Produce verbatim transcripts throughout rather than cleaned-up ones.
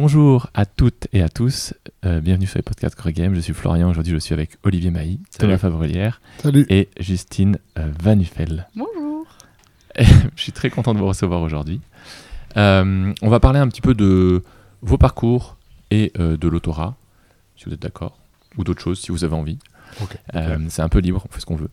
Bonjour à toutes et à tous, euh, bienvenue sur les podcasts Greg Game. Je suis Florian, aujourd'hui je suis avec Olivier Mailly, Thomas Favrelière et Justine euh, Van Uffel. Bonjour. Je suis très content de vous recevoir aujourd'hui. Euh, on va parler un petit peu de vos parcours et euh, de l'autorat, si vous êtes d'accord, ou d'autres choses si vous avez envie. Okay. Euh, okay. C'est un peu libre, on fait ce qu'on veut.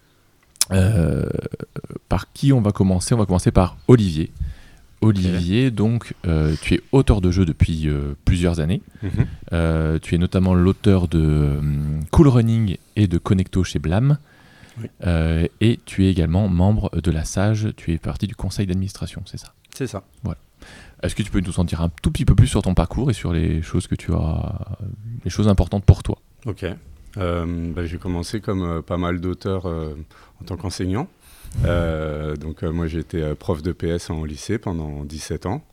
Euh, par qui on va commencer? On va commencer par Olivier. Olivier, okay. donc euh, tu es auteur de jeux depuis euh, plusieurs années. Mm-hmm. Euh, tu es notamment l'auteur de euh, Cool Running et de Connecto chez Blam. Oui. Euh, et tu es également membre de la SAGE. Tu es partie du conseil d'administration, c'est ça? C'est ça. Voilà. Est-ce que tu peux nous en dire un tout petit peu plus sur ton parcours et sur les choses que tu as, les choses importantes pour toi? Ok. Euh, bah, j'ai commencé comme euh, pas mal d'auteurs euh, en tant qu'enseignant. Euh, donc euh, moi j'ai été euh, prof de P S en lycée pendant dix-sept ans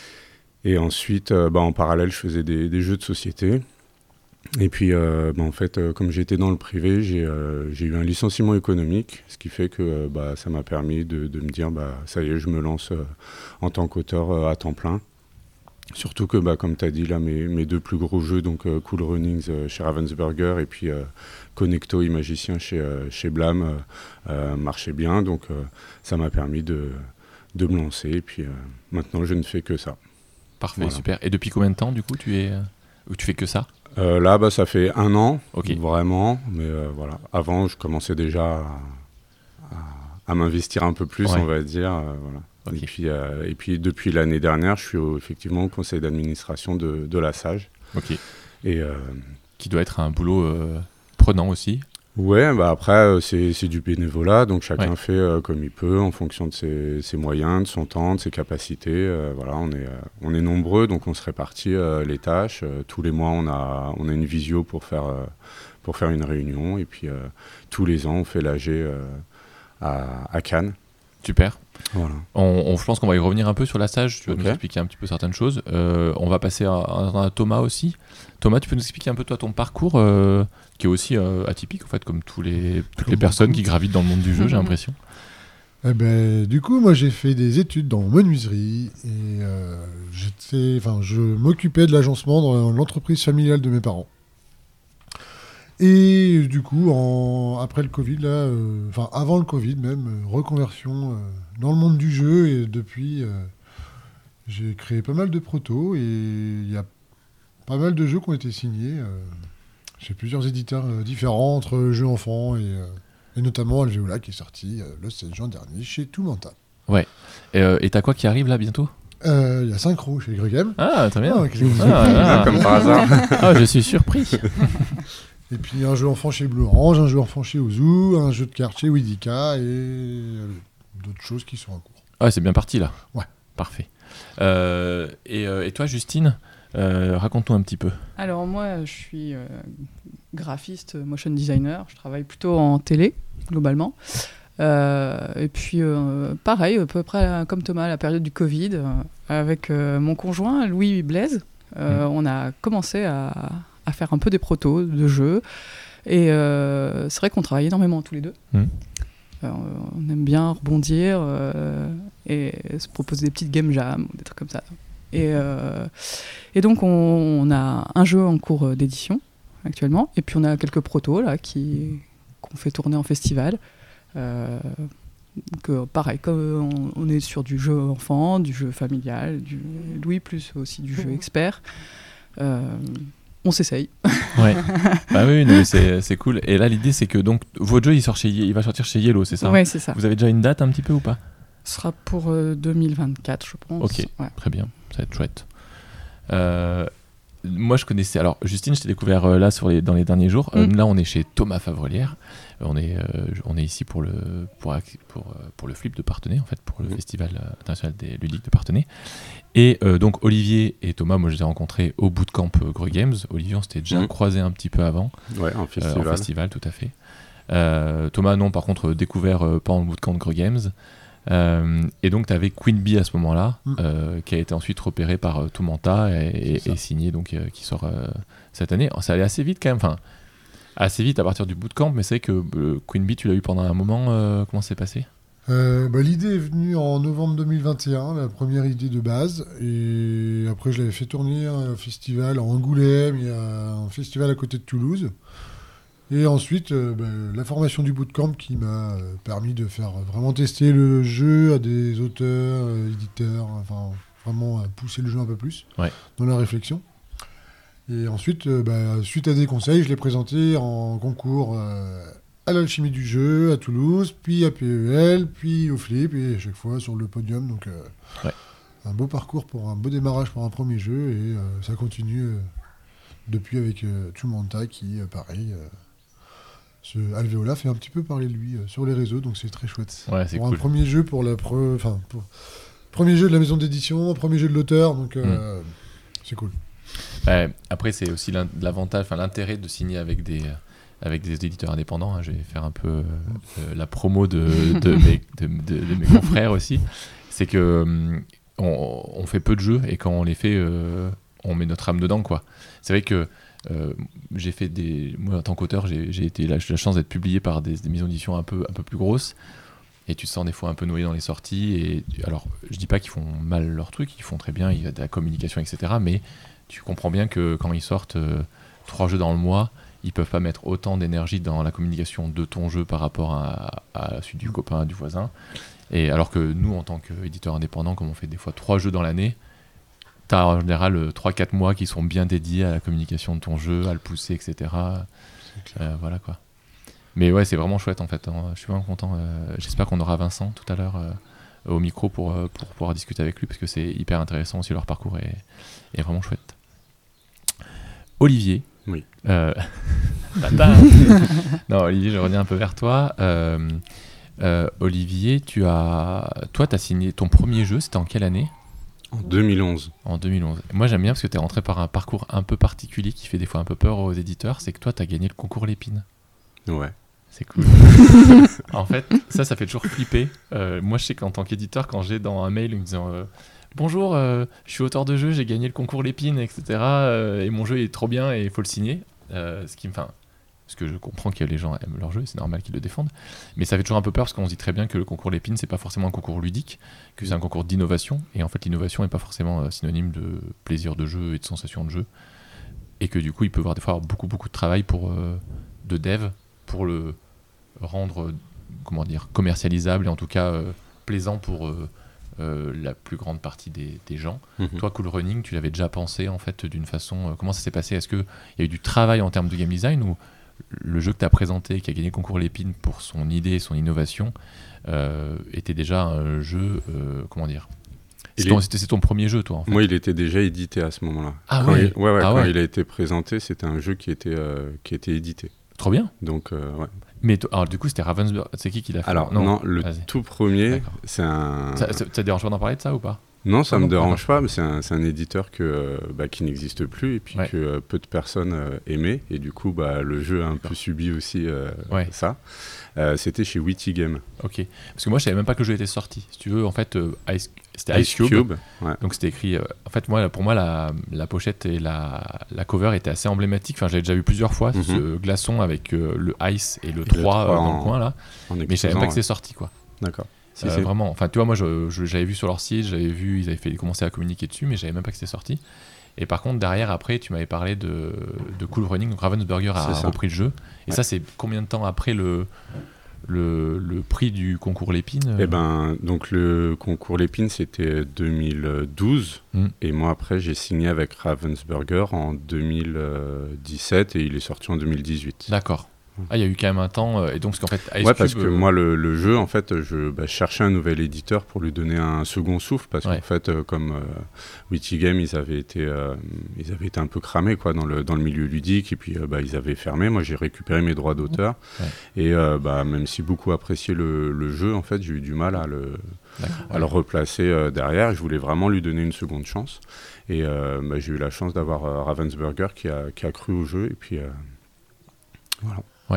et ensuite euh, bah, en parallèle je faisais des, des jeux de société et puis euh, bah, en fait euh, comme j'étais dans le privé j'ai, euh, j'ai eu un licenciement économique, ce qui fait que euh, bah, ça m'a permis de, de me dire bah, ça y est je me lance euh, en tant qu'auteur euh, à temps plein. Surtout que, bah, comme tu as dit, là, mes, mes deux plus gros jeux, donc euh, Cool Runnings euh, chez Ravensburger et puis euh, Connecto Imagicien chez, euh, chez Blam, euh, euh, marchaient bien. Donc, euh, ça m'a permis de, de me lancer. Et puis, euh, maintenant, je ne fais que ça. Parfait, voilà. Super. Et depuis combien de temps, du coup, tu es, euh, tu fais que ça? euh, Là, bah, ça fait un an, okay. vraiment. Mais euh, voilà, avant, je commençais déjà à, à, à m'investir un peu plus, ouais. on va dire. Euh, voilà. Okay. Et, puis, euh, et puis depuis l'année dernière, je suis au, effectivement au conseil d'administration de, de la SAGE. Ok. Et, euh, qui doit être un boulot euh, prenant aussi. Ouais, bah après euh, c'est, c'est du bénévolat, donc chacun ouais. fait euh, comme il peut en fonction de ses, ses moyens, de son temps, de ses capacités. Euh, voilà, on est, euh, on est nombreux, donc on se répartit euh, les tâches. Euh, tous les mois, on a, on a une visio pour faire, euh, pour faire une réunion, et puis euh, tous les ans, on fait l'A G euh, à, à Cannes. Super. Voilà. On, on, je pense qu'on va y revenir un peu sur la SAGE. Tu vas okay. nous expliquer un petit peu certaines choses. Euh, on va passer à, à, à Thomas aussi. Thomas, tu peux nous expliquer un peu toi ton parcours euh, qui est aussi euh, atypique en fait, comme tous les, toutes les personnes qui gravitent dans le monde du jeu, j'ai l'impression. Eh ben, du coup, moi j'ai fait des études dans menuiserie et euh, j'étais, enfin, je m'occupais de l'agencement dans l'entreprise familiale de mes parents. Et du coup, en, après le Covid, là, euh, enfin avant le Covid même, euh, reconversion euh, dans le monde du jeu. Et depuis, euh, j'ai créé pas mal de protos et il y a pas mal de jeux qui ont été signés euh, chez plusieurs éditeurs euh, différents, entre jeux enfants et, euh, et notamment Alvéola qui est sorti euh, le sept juin dernier chez Toumanta. Ouais. Et, euh, et t'as quoi qui arrive là bientôt? Il euh, y a Synchro chez Greg Game. Ah, très bien. Ah, ah, ah, comme par hasard. Ah, je suis surpris. Et puis un jeu enfant chez Blue Orange, un jeu enfant chez Ozu, un jeu de cartes chez Widika et euh, d'autres choses qui sont en cours. Ah, c'est bien parti là. Ouais. Parfait. Euh, et, euh, et toi, Justine, euh, raconte-nous un petit peu. Alors moi, je suis euh, graphiste, motion designer. Je travaille plutôt en télé, globalement. Euh, et puis, euh, pareil, à peu près comme Thomas, à la période du Covid, euh, avec euh, mon conjoint, Louis Blaise, euh, mmh. on a commencé à... à faire un peu des protos de jeux. Et euh, c'est vrai qu'on travaille énormément tous les deux. Mmh. Euh, on aime bien rebondir euh, et se proposer des petites game jams, des trucs comme ça. Et, euh, et donc, on, on a un jeu en cours d'édition actuellement. Et puis, on a quelques protos là, qui, qu'on fait tourner en festival. Euh, que, pareil, comme on, on est sur du jeu enfant, du jeu familial, du Louis plus aussi du jeu expert. Euh, On s'essaye. Ouais. Bah oui, non, mais c'est, c'est cool. Et là, l'idée, c'est que donc votre jeu, il, sort chez, il va sortir chez Yellow, c'est ça? Ouais, c'est ça. Vous avez déjà une date un petit peu ou pas? Ce sera pour euh, deux mille vingt-quatre, je pense. Ok, ouais. Très bien. Ça va être chouette. Euh, moi, je connaissais... Alors, Justine, je t'ai découvert euh, là sur les, dans les derniers jours. Euh, mm. Là, on est chez Thomas Favrelière. Euh, on, est, euh, on est ici pour le, pour, pour, pour le flip de Parthenay, en fait, pour le mm. Festival international des ludiques de Parthenay. Et euh, donc, Olivier et Thomas, moi, je les ai rencontrés au bootcamp euh, Greg Games. Olivier, on s'était déjà mm. croisé un petit peu avant. Ouais, en festival. Euh, en festival, tout à fait. Euh, Thomas, non, par contre, découvert euh, pendant le bootcamp Greg Games. Euh, et donc, tu avais Queen Bee à ce moment-là, mm. euh, qui a été ensuite repéré par euh, Toumanta et, et, et signé, donc, euh, qui sort euh, cette année. Ça allait assez vite quand même, enfin, assez vite à partir du bootcamp, mais c'est que euh, Queen Bee, tu l'as eu pendant un moment. Euh, comment ça s'est passé? Euh, bah, l'idée est venue en novembre deux mille vingt et un, la première idée de base. Et après, je l'avais fait tourner à un festival à Angoulême, il y a un festival à côté de Toulouse. Et ensuite, euh, bah, la formation du bootcamp qui m'a euh, permis de faire vraiment tester le jeu à des auteurs, euh, éditeurs, enfin vraiment à pousser le jeu un peu plus ouais. dans la réflexion. Et ensuite, euh, bah, suite à des conseils, je l'ai présenté en concours euh, à l'Alchimie du jeu, à Toulouse, puis à P E L, puis au Flip, et à chaque fois sur le podium. Donc, euh, ouais. un beau parcours pour un beau démarrage pour un premier jeu, et euh, ça continue euh, depuis avec euh, Tumanta qui, euh, pareil, euh, ce Alveola fait un petit peu parler de lui euh, sur les réseaux, donc c'est très chouette. Ouais, c'est pour cool. un premier jeu, pour la pre... enfin, pour... premier jeu de la maison d'édition, premier jeu de l'auteur, donc euh, mm. c'est cool. Euh, après, c'est aussi l'avantage, enfin l'intérêt de signer avec des, avec des éditeurs indépendants. Hein. Je vais faire un peu euh, euh, la promo de, de, mes, de, de, de mes confrères aussi. C'est que on, on fait peu de jeux et quand on les fait, euh, on met notre âme dedans, quoi. C'est vrai que euh, j'ai fait des, moi en tant qu'auteur, j'ai, j'ai été la, la chance d'être publié par des, des maisons d'édition un peu, un peu plus grosses. Et tu te sens des fois un peu noyé dans les sorties. Et alors, je dis pas qu'ils font mal leur truc, ils font très bien, il y a de la communication, et cetera. Mais tu comprends bien que quand ils sortent euh, trois jeux dans le mois, ils peuvent pas mettre autant d'énergie dans la communication de ton jeu par rapport à, à celui du copain, du voisin. Et alors que nous, en tant qu'éditeurs indépendants, comme on fait des fois trois jeux dans l'année, tu as en général trois quatre mois qui sont bien dédiés à la communication de ton jeu, à le pousser, et cetera. Euh, voilà quoi. Mais ouais, c'est vraiment chouette en fait. Hein. Je suis vraiment content. Euh, j'espère qu'on aura Vincent tout à l'heure euh, au micro pour, euh, pour pouvoir discuter avec lui parce que c'est hyper intéressant aussi. Leur parcours est, est vraiment chouette. Olivier. Oui. Euh... non, Olivier, je reviens un peu vers toi. Euh, euh, Olivier, tu as, toi, tu as signé ton premier jeu. C'était en quelle année ? En deux mille onze. En deux mille onze. Moi, j'aime bien parce que tu es rentré par un parcours un peu particulier qui fait des fois un peu peur aux éditeurs. C'est que toi, tu as gagné le concours Lépine. Ouais. C'est cool. En fait, ça, ça fait toujours flipper. Euh, moi, je sais qu'en tant qu'éditeur, quand j'ai dans un mail me disant euh, bonjour, euh, je suis auteur de jeu, j'ai gagné le concours Lépine, et cetera. Euh, et mon jeu est trop bien et il faut le signer. Euh, ce qui me, enfin, parce que je comprends que les gens aiment leur jeu, c'est normal qu'ils le défendent. Mais ça fait toujours un peu peur parce qu'on se dit très bien que le concours Lépine, c'est pas forcément un concours ludique, que c'est un concours d'innovation. Et en fait, l'innovation n'est pas forcément euh, synonyme de plaisir de jeu et de sensation de jeu. Et que du coup, il peut y avoir des fois beaucoup, beaucoup de travail pour, euh, de dev pour le rendre comment dire, commercialisable et en tout cas euh, plaisant pour euh, euh, la plus grande partie des, des gens. Mm-hmm. Toi, Cool Running, tu l'avais déjà pensé en fait d'une façon... Euh, comment ça s'est passé ? Est-ce qu'il y a eu du travail en termes de game design ou le jeu que tu as présenté, qui a gagné le concours Lépine pour son idée, son innovation, euh, était déjà un jeu... Euh, comment dire ? C'est ton, est... c'est ton premier jeu, toi, en fait. Moi, il était déjà édité à ce moment-là. Ah quand ouais, il... ouais, ouais, ah quand ouais. il a été présenté, c'était un jeu qui était, euh, qui était édité. Trop bien. Donc, euh, ouais. Mais t- alors, du coup, c'était Ravensburger. C'est qui qui l'a fait ? Alors, non, non le Vas-y. tout premier, D'accord. c'est un... Ça, ça, ça te dérange pas d'en parler de ça ou pas ? Non, ça ah ne me non, dérange d'accord. pas, mais c'est un, c'est un éditeur que, euh, bah, qui n'existe plus et puis ouais. que euh, peu de personnes euh, aimaient. Et du coup, bah, le jeu a un d'accord. peu subi aussi euh, ouais. ça. Euh, c'était chez Witty Game. Ok. Parce que moi, je savais même pas que le jeu était sorti. Si tu veux, en fait, euh, Ice... c'était Ice, Ice Cube. Cube ouais. Donc c'était écrit... Euh... En fait, moi, pour moi, la, la pochette et la... la cover étaient assez emblématiques. Enfin, j'avais déjà vu plusieurs fois mm-hmm. ce glaçon avec euh, le Ice et le et trois, le trois euh, dans en... le coin, là. Mais je savais même pas ouais. que c'était sorti, quoi. D'accord. Si, euh, vraiment, enfin tu vois, moi je, je, j'avais vu sur leur site, j'avais vu, ils avaient fait, commencé à communiquer dessus, mais j'avais même pas que c'était sorti. Et par contre, derrière, après, tu m'avais parlé de, de Cool Running, donc Ravensburger a repris le jeu. Et ouais. ça, c'est combien de temps après le, le, le prix du concours Lépine ? Eh ben, donc le concours Lépine, c'était deux mille douze. Mm. Et moi, après, j'ai signé avec Ravensburger en deux mille dix-sept et il est sorti en deux mille dix-huit. D'accord. Ah, il y a eu quand même un temps, euh, et donc, parce qu'en fait, Ice ouais, Cube, parce que euh... moi, le, le jeu, en fait, je bah, cherchais un nouvel éditeur pour lui donner un second souffle, parce ouais. qu'en fait, euh, comme euh, Witty Game, ils avaient été, euh, ils avaient été un peu cramés, quoi, dans le dans le milieu ludique, et puis euh, bah, ils avaient fermé. Moi, j'ai récupéré mes droits d'auteur, ouais. et euh, bah, même si beaucoup appréciaient le, le jeu, en fait, j'ai eu du mal à le à ouais. le replacer euh, derrière. Je voulais vraiment lui donner une seconde chance, et euh, bah, j'ai eu la chance d'avoir euh, Ravensburger qui a qui a cru au jeu, et puis euh, voilà. Ouais.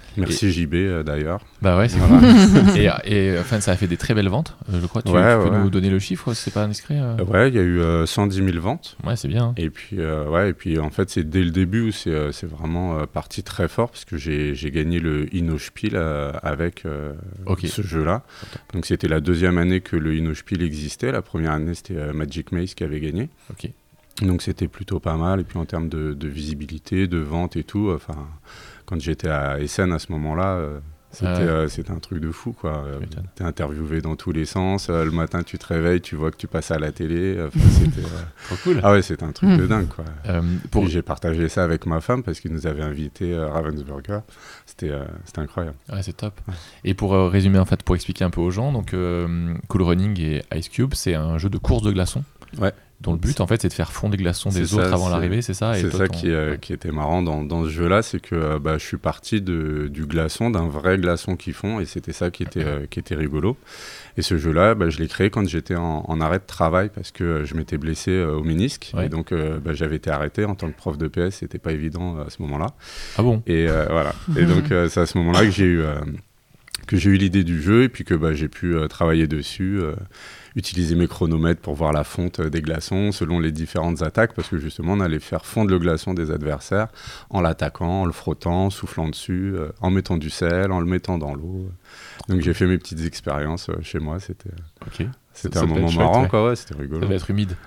Merci et... J B euh, d'ailleurs. Bah ouais, c'est voilà. et, et enfin, ça a fait des très belles ventes, euh, je crois. Tu, ouais, tu peux ouais. nous donner le chiffre, c'est pas indiscret euh... Ouais, il y a eu euh, cent dix mille ventes. Ouais, c'est bien. Hein. Et puis, euh, ouais, et puis en fait, c'est dès le début où c'est, euh, c'est vraiment euh, parti très fort parce que j'ai, j'ai gagné le Innospiel euh, avec euh, okay. ce jeu-là. Donc c'était la deuxième année que le Innospiel existait. La première année, c'était euh, Magic Maze qui avait gagné. Ok. Donc c'était plutôt pas mal. Et puis en termes de, de visibilité, de vente et tout, enfin, quand j'étais à Essen à ce moment-là, euh, c'était, ah ouais. euh, c'était un truc de fou, quoi. Euh, t'es interviewé dans tous les sens. Euh, le matin, tu te réveilles, tu vois que tu passes à la télé. Enfin, c'était euh... trop cool. Ah ouais, c'était un truc mmh. de dingue, quoi. Euh, pour... Puis j'ai partagé ça avec ma femme parce qu'il nous avait invités à Ravensburger. C'était, euh, c'était incroyable. Ouais, c'est top. Ouais. Et pour euh, résumer, en fait, pour expliquer un peu aux gens, donc euh, Cool Running et Ice Cube, c'est un jeu de course de glaçons. Ouais. Dont le but, en fait, c'est de faire fondre les glaçons des c'est autres ça, avant c'est, l'arrivée, c'est ça. C'est et toi, ça ton... qui, euh, ouais. qui était marrant dans, dans ce jeu-là, c'est que euh, bah, je suis parti de, du glaçon, d'un vrai glaçon qu'ils font, et c'était ça qui était, euh, qui était rigolo. Et ce jeu-là, bah, je l'ai créé quand j'étais en, en arrêt de travail, parce que euh, je m'étais blessé euh, au ménisque, ouais. et donc euh, bah, j'avais été arrêté en tant que prof de P S, c'était pas évident euh, à ce moment-là. Ah bon ? Et euh, voilà. Et donc euh, c'est à ce moment-là que j'ai eu, euh, que j'ai eu l'idée du jeu, et puis que bah, j'ai pu euh, travailler dessus. Euh, utiliser mes chronomètres pour voir la fonte des glaçons selon les différentes attaques, parce que justement on allait faire fondre le glaçon des adversaires en l'attaquant, en le frottant, en soufflant dessus, euh, en mettant du sel, en le mettant dans l'eau. Donc j'ai fait mes petites expériences euh, chez moi, c'était, okay. c'était ça, un ça moment chouette, marrant, ouais. quoi, ouais, c'était rigolo. Ça va être humide.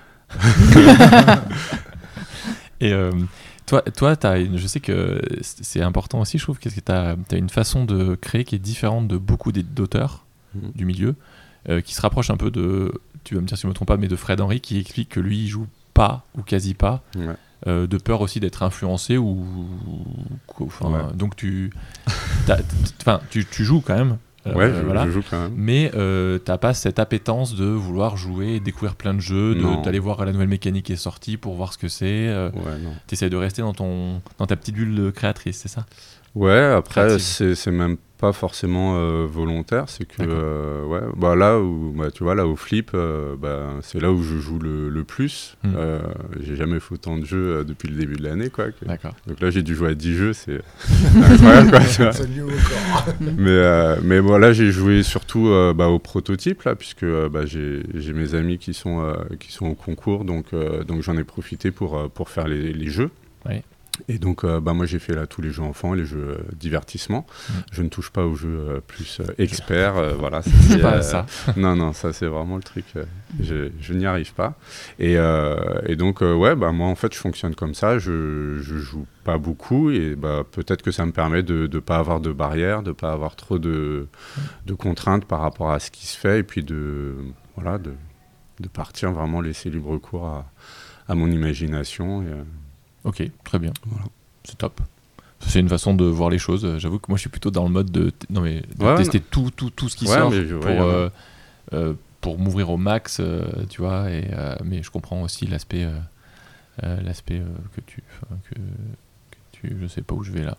Et euh, toi, toi t'as une, je sais que c'est important aussi, je trouve, que tu as une façon de créer qui est différente de beaucoup d'auteurs mmh. du milieu. Euh, qui se rapproche un peu de, tu vas me dire si je me trompe pas, mais de Fred Henry, qui explique que lui il joue pas ou quasi pas, ouais. euh, de peur aussi d'être influencé ou, ou ouais. donc tu, enfin tu, tu joues quand même. Euh, ouais, je, voilà. je joue quand même. Mais euh, t'as pas cette appétence de vouloir jouer, découvrir plein de jeux, de, d'aller voir la nouvelle mécanique qui est sortie pour voir ce que c'est. Euh, ouais, non. T'essayes de rester dans ton, dans ta petite bulle créatrice, c'est ça ? Ouais, après c'est, c'est même pas forcément euh, volontaire, c'est que euh, ouais, bah là où bah, tu vois là au flip, euh, bah, c'est là où je joue le, le plus. Mmh. Euh, j'ai jamais fait autant de jeux euh, depuis le début de l'année, quoi. Que... D'accord. Donc là j'ai dû jouer à dix jeux, c'est, c'est incroyable, quoi. Tu vois. mais euh, mais bon là j'ai joué surtout euh, bah, au prototype là, puisque euh, bah, j'ai j'ai mes amis qui sont euh, qui sont au concours, donc euh, donc j'en ai profité pour euh, pour faire les, les jeux. Ouais. Et donc, euh, bah, moi, j'ai fait là tous les jeux enfants, les jeux euh, divertissement. Mmh. Je ne touche pas aux jeux euh, plus euh, experts. Euh, voilà, ça, c'est, c'est pas euh, ça. Non, non, ça, c'est vraiment le truc. Euh, je, je n'y arrive pas. Et, euh, et donc, euh, ouais, bah, moi, en fait, je fonctionne comme ça. Je, je joue pas beaucoup. Et bah, peut-être que ça me permet de ne pas avoir de barrières, de ne pas avoir trop de, de contraintes par rapport à ce qui se fait. Et puis, de, voilà, de, de partir vraiment laisser libre cours à, à mon imagination. Et, euh, Ok, très bien. Voilà. C'est top. C'est une façon de voir les choses. J'avoue que moi, je suis plutôt dans le mode de, t- non, mais de ouais, tester non. Tout, tout, tout ce qui ouais, sort je, pour, ouais, euh, euh, pour m'ouvrir au max, euh, tu vois. Et, euh, mais je comprends aussi l'aspect, euh, euh, l'aspect euh, que tu, que, que tu, je sais pas où je vais là.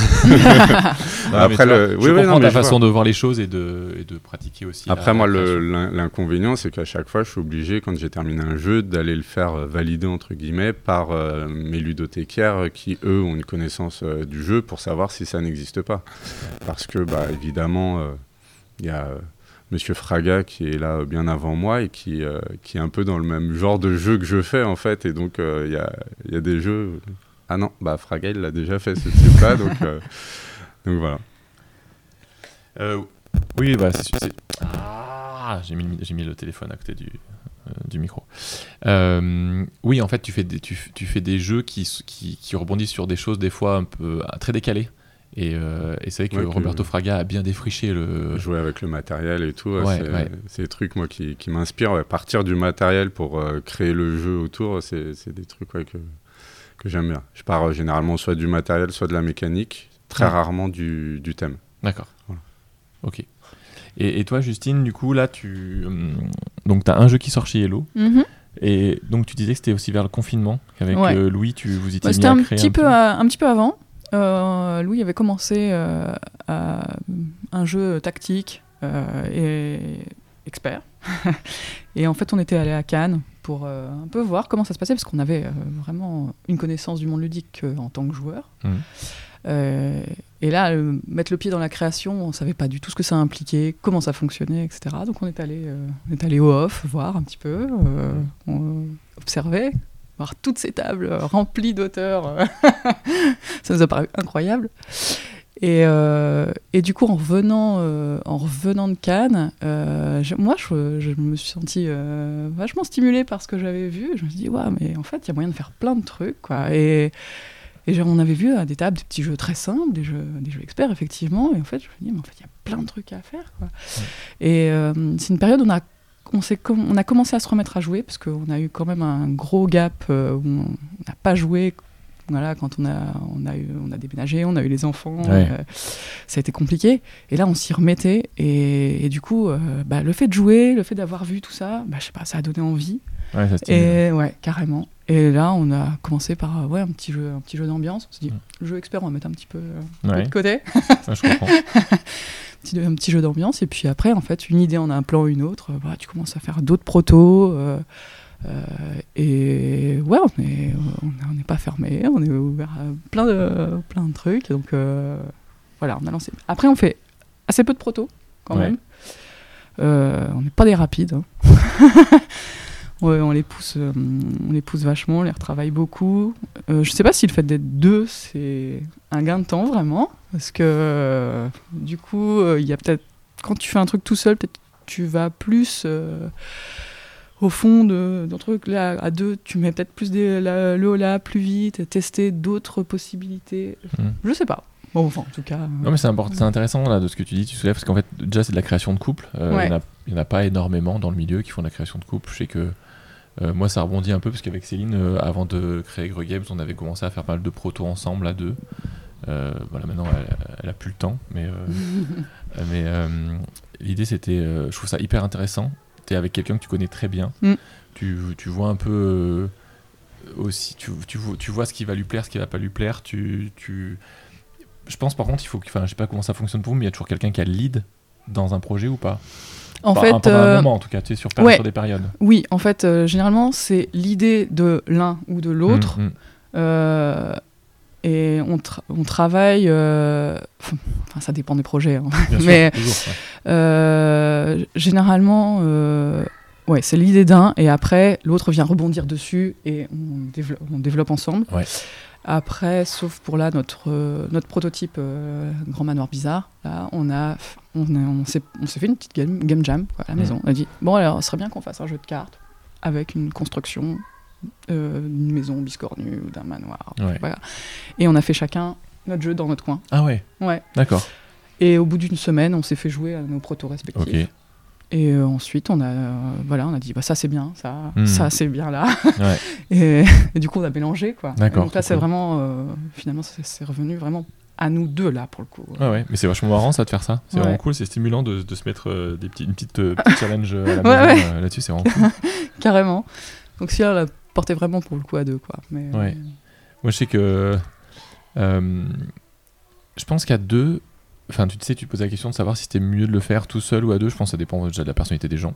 non, après, vois, le... je oui, comprends oui, non, ta mais façon de voir les choses et de, et de pratiquer aussi. Après, la, moi, la le, l'inconvénient, c'est qu'à chaque fois, je suis obligé, quand j'ai terminé un jeu, d'aller le faire valider, entre guillemets, par euh, mes ludothécaires qui, eux, ont une connaissance euh, du jeu pour savoir si ça n'existe pas. Parce que, bah, évidemment, il euh, y a euh, Monsieur Fraga qui est là bien avant moi et qui, euh, qui est un peu dans le même genre de jeu que je fais, en fait. Et donc, il euh, y, a, y a des jeux... Ah non, bah Fraga, il l'a déjà fait, ce type-là, donc, euh, donc voilà. Euh, oui, bah c'est... c'est... Ah, j'ai mis, j'ai mis le téléphone à côté du, euh, du micro. Euh, oui, en fait, tu fais des, tu, tu fais des jeux qui, qui, qui rebondissent sur des choses des fois un peu très décalées. Et, euh, et c'est vrai que ouais, Roberto que... Fraga a bien défriché le... Jouer avec le matériel et tout, ouais, c'est, ouais. c'est des trucs moi, qui, qui m'inspirent. Ouais. Partir du matériel pour euh, créer le jeu autour, c'est, c'est des trucs ouais, que... que j'aime bien. Je pars euh, généralement soit du matériel, soit de la mécanique, très mmh. rarement du, du thème. D'accord. Voilà. Ok. Et, et toi, Justine, du coup, là, tu hum, donc t'as un jeu qui sort chez Hello. Mmh. Et donc tu disais que c'était aussi vers le confinement qu'avec ouais. euh, Louis, tu vous étiez ouais, mis à un créer petit un peu peu. À, un petit peu avant. Euh, Louis avait commencé euh, à un jeu tactique euh, et expert. Et en fait, on était allé à Cannes pour euh, un peu voir comment ça se passait, parce qu'on avait euh, vraiment une connaissance du monde ludique euh, en tant que joueur. Mmh. Euh, Et là, euh, mettre le pied dans la création, on savait pas du tout ce que ça impliquait, comment ça fonctionnait, et cetera. Donc on est allé, euh, on est allé au off, voir un petit peu, euh, on, observer, voir toutes ces tables euh, remplies d'auteurs. Ça nous a paru incroyable. Et, euh, et du coup, en revenant, euh, en revenant de Cannes, euh, je, moi, je, je me suis sentie euh, vachement stimulée par ce que j'avais vu. Je me suis dit, ouais, mais en fait, il y a moyen de faire plein de trucs, quoi. Et, et on avait vu à des tables des petits jeux très simples, des jeux, des jeux experts, effectivement. Et en fait, je me suis dit, mais en fait, il y a plein de trucs à faire, quoi. Ouais. Et euh, c'est une période où on a, on, s'est com- on a commencé à se remettre à jouer, parce qu'on a eu quand même un gros gap euh, où on n'a pas joué. Voilà, quand on a, on, a eu, on a déménagé, on a eu les enfants, ouais. euh, ça a été compliqué. Et là, on s'y remettait. Et, et du coup, euh, bah, le fait de jouer, le fait d'avoir vu tout ça, bah, je sais pas, ça a donné envie. Ouais, ça et ouais, carrément. Et là, on a commencé par ouais, un petit jeu, un petit jeu d'ambiance. On s'est dit, mmh. le jeu expert, on va mettre un petit peu, un ouais. peu de côté. Ouais, je comprends. petit, un petit jeu d'ambiance. Et puis après, en fait, une idée en a un plan, une autre. Bah, tu commences à faire d'autres protos. Euh, Euh, et ouais, on n'est on est pas fermé, on est ouvert à plein de, plein de trucs. Donc euh, voilà, on a lancé. Après, on fait assez peu de protos quand ouais. même. Euh, on n'est pas des rapides. Hein. ouais, on les pousse, euh, on les pousse vachement, on les retravaille beaucoup. Euh, je sais pas si le fait d'être deux, c'est un gain de temps vraiment, parce que euh, du coup, il euh, y a peut-être quand tu fais un truc tout seul, peut-être tu vas plus. Euh, au fond de, d'un truc, là, à deux, tu mets peut-être plus des, la, le holà plus vite, tester d'autres possibilités. Mmh. Je sais pas. Bon, enfin, en tout cas... Non, mais c'est, import- c'est intéressant, là, de ce que tu dis, tu soulèves, parce qu'en fait, déjà, c'est de la création de couple. Il euh, ouais. n'y en, en a pas énormément dans le milieu qui font de la création de couple. Je sais que euh, moi, ça rebondit un peu, parce qu'avec Céline, euh, avant de créer Greux Games, on avait commencé à faire pas mal de protos ensemble, à deux. Euh, voilà, maintenant, elle, elle a plus le temps, mais, euh, mais euh, l'idée, c'était... Euh, je trouve ça hyper intéressant. T'es avec quelqu'un que tu connais très bien, mm. tu, tu vois un peu euh, aussi, tu, tu, tu vois ce qui va lui plaire, ce qui va pas lui plaire. Tu, tu... Je pense par contre, il faut, enfin, je sais pas comment ça fonctionne pour vous, mais il y a toujours quelqu'un qui a le lead dans un projet ou pas. En pas, fait, un, pendant euh... un moment en tout cas, tu sais, sur, ouais. sur des périodes. Oui, en fait, euh, généralement, c'est l'idée de l'un ou de l'autre. Mm, mm. Euh... Et on, tra- on travaille, euh... enfin ça dépend des projets, hein. mais sûr, toujours, ouais. euh, généralement, euh... ouais, c'est l'idée d'un, et après l'autre vient rebondir dessus et on, développe, on développe ensemble. Ouais. Après, sauf pour là notre euh, notre prototype euh, Grand Manoir Bizarre, là on a on, a, on s'est on s'est fait une petite game, game jam quoi, à la mmh. maison. On a dit bon alors, ce serait bien qu'on fasse un jeu de cartes avec une construction. Euh, d'une maison biscornue ou d'un manoir. Ouais. Voilà. Et on a fait chacun notre jeu dans notre coin. Ah ouais. Ouais. D'accord. Et au bout d'une semaine, on s'est fait jouer à nos protos respectifs. Okay. Et euh, ensuite, on a, euh, voilà, on a dit bah, ça c'est bien, ça, mmh. ça c'est bien là. Ouais. et, et du coup, on a mélangé quoi. D'accord. Et donc là, c'est cool. vraiment, euh, finalement, c'est, c'est revenu vraiment à nous deux là pour le coup. Ah ouais, mais c'est vachement marrant ça de faire ça. C'est ouais. vraiment cool, c'est stimulant de, de se mettre euh, des petits, une petite euh, petite challenge à la ouais, maison ouais. Euh, là-dessus, c'est vraiment cool. Carrément. Donc si là, portait vraiment pour le coup à deux quoi. Mais, ouais. euh... Moi je sais que euh, je pense qu'à deux, enfin tu sais, tu te poses la question de savoir si c'était mieux de le faire tout seul ou à deux. Je pense que ça dépend déjà de la personnalité des gens.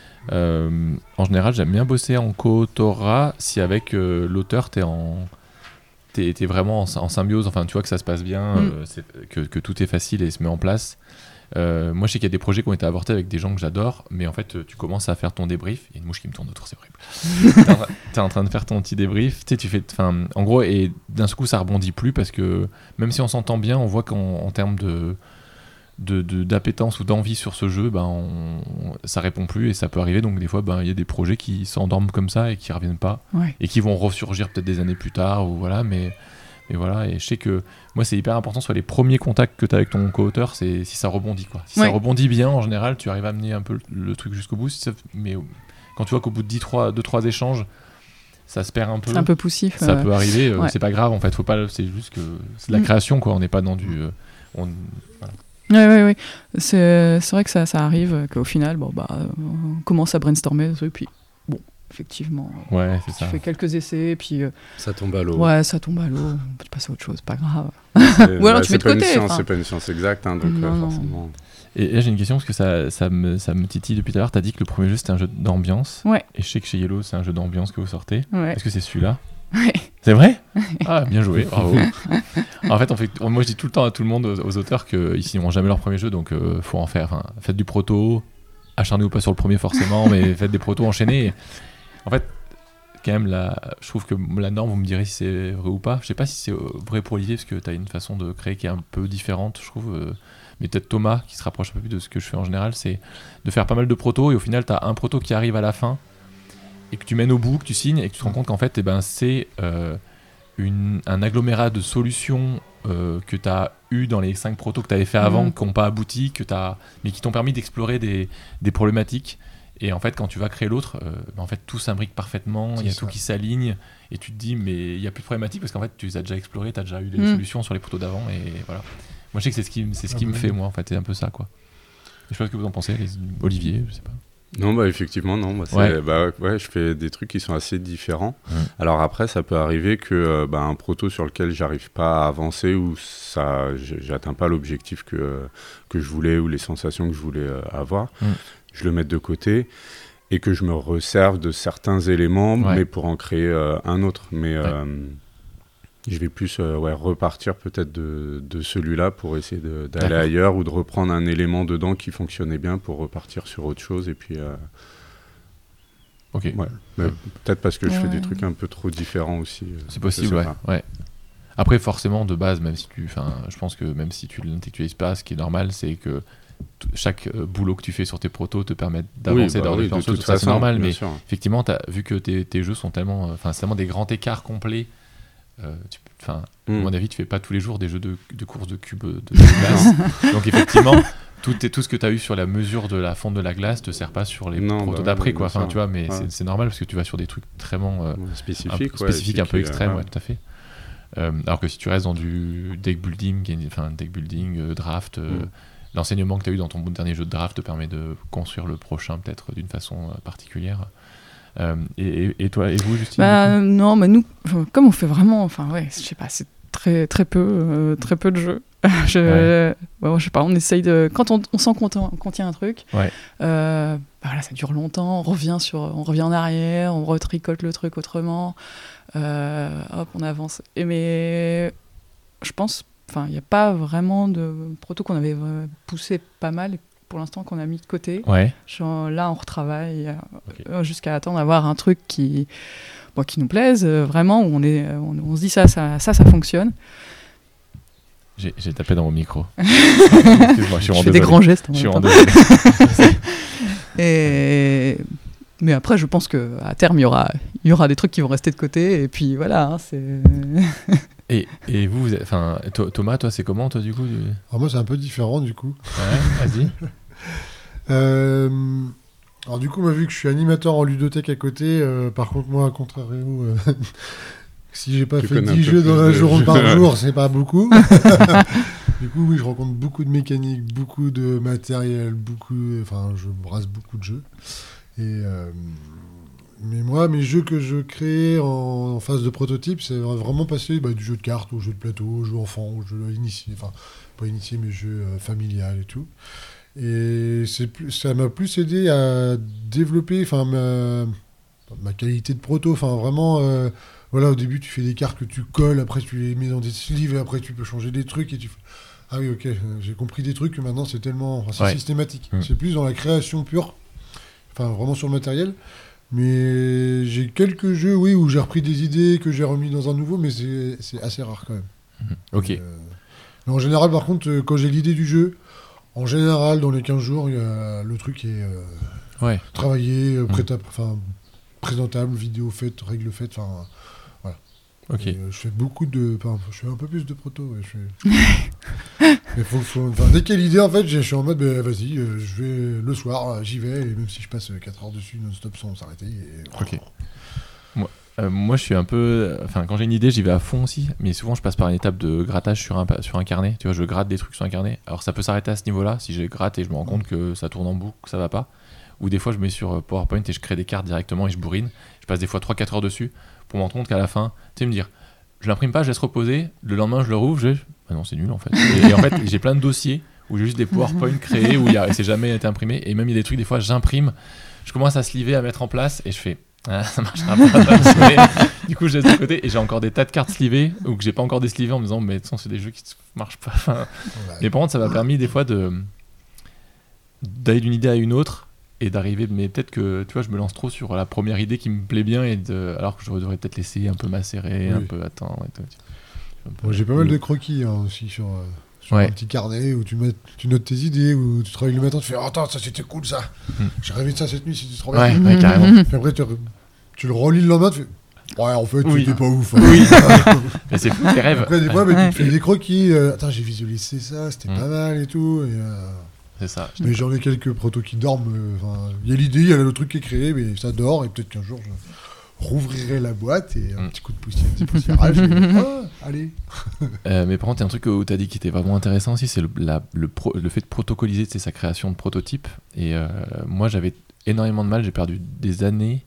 Euh, en général, j'aime bien bosser en co-autorat si avec euh, l'auteur t'es en t'es, t'es vraiment en, en symbiose. Enfin, tu vois que ça se passe bien, mm. euh, c'est, que, que tout est facile et se met en place. Euh, moi je sais qu'il y a des projets qui ont été avortés avec des gens que j'adore, mais en fait tu commences à faire ton débrief. Il y a une mouche qui me tourne autour, c'est horrible. t'es, en, t'es en train de faire ton petit débrief, tu sais, tu fais, en gros, et d'un coup ça rebondit plus parce que même si on s'entend bien, on voit qu'en en termes de, de, de, d'appétence ou d'envie sur ce jeu, ben, on, ça répond plus et ça peut arriver. Donc des fois ben, y a des projets qui s'endorment comme ça et qui reviennent pas, ouais. et qui vont ressurgir peut-être des années plus tard, ou voilà, mais Et voilà, et je sais que moi c'est hyper important sur les premiers contacts que tu as avec ton co-auteur, c'est si ça rebondit quoi. Si ouais. ça rebondit bien, en général, tu arrives à amener un peu le, le truc jusqu'au bout. Si ça, mais quand tu vois qu'au bout de deux trois échanges, ça se perd un peu. C'est un peu poussif. Ça euh... peut arriver, euh, ouais. c'est pas grave en fait. Faut pas, c'est juste que c'est de la création quoi. On n'est pas dans du. Euh, on, voilà. Oui, oui, oui. C'est, c'est vrai que ça, ça arrive, qu'au final, bon, bah, on commence à brainstormer, puis bon. Effectivement, ouais, c'est tu ça. fais quelques essais, puis euh, ça tombe à l'eau. Ouais, ça tombe à l'eau. On peut passer à autre chose, pas grave. Ou alors bah, tu mets de côté. Science, enfin. C'est pas une science exacte, hein, donc non, euh, non. forcément. Et là, j'ai une question parce que ça, ça me, ça me titille depuis tout à l'heure. T'as dit que le premier jeu c'était un jeu d'ambiance. Ouais. Et je sais que chez Yellow c'est un jeu d'ambiance que vous sortez. Ouais. Est-ce que c'est celui-là ? Ouais. C'est vrai ? Ah, bien joué, bravo. En fait, on fait, moi je dis tout le temps à tout le monde, aux, aux auteurs, qu'ils signeront jamais leur premier jeu, donc euh, faut en faire. Enfin, faites du proto, acharnez-vous pas sur le premier forcément, mais faites des protos enchaînés. Et, en fait, quand même, la, je trouve que la norme, vous me direz si c'est vrai ou pas. Je sais pas si c'est vrai pour Olivier, parce que tu as une façon de créer qui est un peu différente, je trouve. Euh, mais peut-être Thomas, qui se rapproche un peu plus de ce que je fais en général, c'est de faire pas mal de protos, et au final, tu as un proto qui arrive à la fin, et que tu mènes au bout, que tu signes, et que tu te rends compte qu'en fait, eh ben, c'est euh, une, un agglomérat de solutions euh, que tu as eu dans les cinq protos que tu avais fait avant, mmh. qui n'ont pas abouti, que t'as, mais qui t'ont permis d'explorer des, des problématiques. Et en fait, quand tu vas créer l'autre, euh, ben, en fait, tout s'imbrique parfaitement, il y a ça. Tout qui s'aligne, et tu te dis, mais il n'y a plus de problématique, parce qu'en fait, tu les as déjà explorées, tu as déjà eu des mmh. solutions sur les protos d'avant, et voilà. Moi, je sais que c'est ce qui, c'est ce qui ah, me fait, moi, en fait, c'est un peu ça, quoi. Je sais pas ce que vous en pensez, les... Olivier, je sais pas. Non, bah effectivement, non. Bah, c'est, ouais. Bah, ouais, je fais des trucs qui sont assez différents. Mmh. Alors après, ça peut arriver que euh, bah, un proto sur lequel j'arrive pas à avancer ou ça, j'atteins pas l'objectif que que je voulais ou les sensations que je voulais euh, avoir, mmh. je le mette de côté et que je me resserve de certains éléments, ouais. mais pour en créer euh, un autre. Mais ouais. euh, je vais plus euh, ouais, repartir peut-être de, de celui-là pour essayer de, d'aller D'accord. ailleurs ou de reprendre un élément dedans qui fonctionnait bien pour repartir sur autre chose. Et puis, euh... ok. Ouais. Mais ouais. Peut-être parce que ouais. je fais des trucs un peu trop différents aussi. Euh, C'est possible, ouais. ouais. Après, forcément, de base, même si tu, je pense que même si tu l'intellectualises pas, ce qui est normal, c'est que t- chaque euh, boulot que tu fais sur tes protos te permet d'avancer, oui, bah, d'avoir oui, des de choses. Ça, c'est normal, mais sûr. Effectivement, vu que tes, tes jeux sont tellement, enfin, c'est tellement des grands écarts complets. Euh, tu, mm. À mon avis, tu fais pas tous les jours des jeux de, de course de cubes de, de glace. Donc effectivement, tout, tout ce que tu as eu sur la mesure de la fonte de la glace te sert pas sur les non, protos bah, d'après, quoi. Enfin, tu vois, mais ouais. c'est, c'est normal parce que tu vas sur des trucs vraiment euh, spécifiques, un, spécifiques ouais, un peu qui, extrêmes, ouais. ouais, tout à fait. Euh, alors que si tu restes dans du deck building, enfin deck building, euh, draft, euh, mm. l'enseignement que tu as eu dans ton dernier jeu de draft te permet de construire le prochain peut-être d'une façon euh, particulière. Euh, et, et toi et vous, Justine? Bah, non, mais nous, comme on fait vraiment, enfin ouais, je sais pas, c'est très très peu, euh, très peu de jeux. je, ouais. Ouais, je sais pas, on essaye de, quand on, on sent qu'on, t- qu'on tient un truc, ouais. euh, bah, voilà, ça dure longtemps, on revient sur, on revient en arrière, on retricote le truc autrement, euh, hop, on avance. Et mais je pense, enfin, il n'y a pas vraiment de proto qu'on avait poussé pas mal. Pour l'instant qu'on a mis de côté. Ouais. Genre, là, on retravaille euh, okay. jusqu'à attendre d'avoir un truc qui, bon, qui nous plaise, euh, vraiment, où on, est, on, on se dit ça, ça, ça, ça fonctionne. J'ai, j'ai tapé dans mon micro. Excuse-moi, je suis je fais des grands gestes. Je suis en Et... Mais après, je pense qu'à terme, il y aura, il y aura des trucs qui vont rester de côté. Et puis voilà, hein, c'est... Et, et vous, vous êtes, Thomas, toi, c'est comment, toi, du coup du... Alors moi, c'est un peu différent, du coup. Ouais, vas-y. euh, alors du coup, moi, vu que je suis animateur en ludothèque à côté, euh, par contre, moi, à contrario, euh, si j'ai pas tu fait dix jeux dans la journée par jour, c'est pas beaucoup. Du coup, oui, je rencontre beaucoup de mécanique, beaucoup de matériel, beaucoup... Enfin, je brasse beaucoup de jeux. Et... Euh, Mais moi, mes jeux que je crée en, en phase de prototype, c'est vraiment passé bah, du jeu de cartes au jeu de plateau, au jeu enfant, au jeu initié, enfin, pas initié, mais jeu euh, familial et tout. Et c'est plus, ça m'a plus aidé à développer ma, ma qualité de proto. Enfin, vraiment, euh, voilà, au début, tu fais des cartes que tu colles, après, tu les mets dans des sleeves, et après, tu peux changer des trucs. Et tu fais... Ah oui, ok, j'ai compris des trucs que maintenant, c'est tellement enfin, c'est ouais. systématique. Mmh. C'est plus dans la création pure, enfin, vraiment sur le matériel. Mais j'ai quelques jeux, oui, où j'ai repris des idées que j'ai remis dans un nouveau, mais c'est, c'est assez rare quand même. Mmh. Ok. Et, euh... Mais en général, par contre, quand j'ai l'idée du jeu, en général, dans les quinze jours, y a... le truc est euh... ouais. travaillé, mmh. prêt à... enfin, présentable, vidéo faite, règles faites, enfin, voilà. Ok. Et, euh, je fais beaucoup de... Enfin, je fais un peu plus de proto, ouais, je fais... Mais faut, faut... Enfin, dès qu'il y a l'idée, en fait, je suis en mode, bah, vas-y, euh, je vais le soir, j'y vais, et même si je passe quatre heures dessus non-stop sans s'arrêter. Et... Ok. Moi, euh, moi, je suis un peu... Enfin, quand j'ai une idée, j'y vais à fond aussi, mais souvent, je passe par une étape de grattage sur un, sur un carnet. Tu vois, je gratte des trucs sur un carnet. Alors, ça peut s'arrêter à ce niveau-là, si je gratte et je me rends compte que ça tourne en boucle, que ça va pas. Ou des fois, je mets sur PowerPoint et je crée des cartes directement et je bourrine. Je passe des fois trois quatre heures dessus pour me rendre compte qu'à la fin, tu sais, me dire... Je l'imprime pas, je laisse reposer. Le lendemain, je le rouvre. Je... Ah non, c'est nul en fait. Et, et en fait, j'ai plein de dossiers où j'ai juste des PowerPoint créés où il y a, c'est jamais été imprimé. Et même il y a des trucs, des fois, j'imprime. Je commence à sliver, à mettre en place, et je fais Ah, ça marchera pas. Mais, du coup, je laisse de côté et j'ai encore des tas de cartes slivées ou que j'ai pas encore déslivées en me disant, mais de toute façon, c'est des jeux qui marchent pas. Enfin, Ouais. mais par contre, ça m'a permis des fois de d'aller d'une idée à une autre et d'arriver. Mais peut-être que tu vois, je me lance trop sur la première idée qui me plaît bien et de, alors que je devrais peut-être laisser un peu macérer, Oui. un peu attendre. Et tout. Un peu- Moi, j'ai pas mal de croquis hein, aussi sur, euh, sur Ouais. un petit carnet où tu, mets, tu notes tes idées, où tu travailles le matin, tu fais oh, attends, ça c'était cool ça. Mm. J'ai rêvé de ça cette nuit, c'était trop Ouais, bien. ouais, carrément. Puis après, tu, re- tu le relis le lendemain, tu fais ouais, en fait, Oui. c'était pas ouf. hein. Oui. Mais c'est fou tes rêves. Après, des fois, bah, Ouais. tu te fais des croquis. euh, attends, j'ai visualisé ça, c'était Mm. pas mal et tout. Et, euh, C'est ça. mais j'en ai quelques protos qui dorment. euh, enfin, Il y a l'idée, il y a le truc qui est créé, mais ça dort. Et peut-être qu'un jour, je rouvrirai la boîte et un Mm. petit coup de poussière, un petit poussiérage. et, ah, allez. Euh, mais par contre, il y a un truc où tu as dit qui était vraiment intéressant aussi, c'est le, la- le, pro- le fait de protocoliser tu sais, sa création de prototypes. Et euh, moi, j'avais énormément de mal, j'ai perdu des années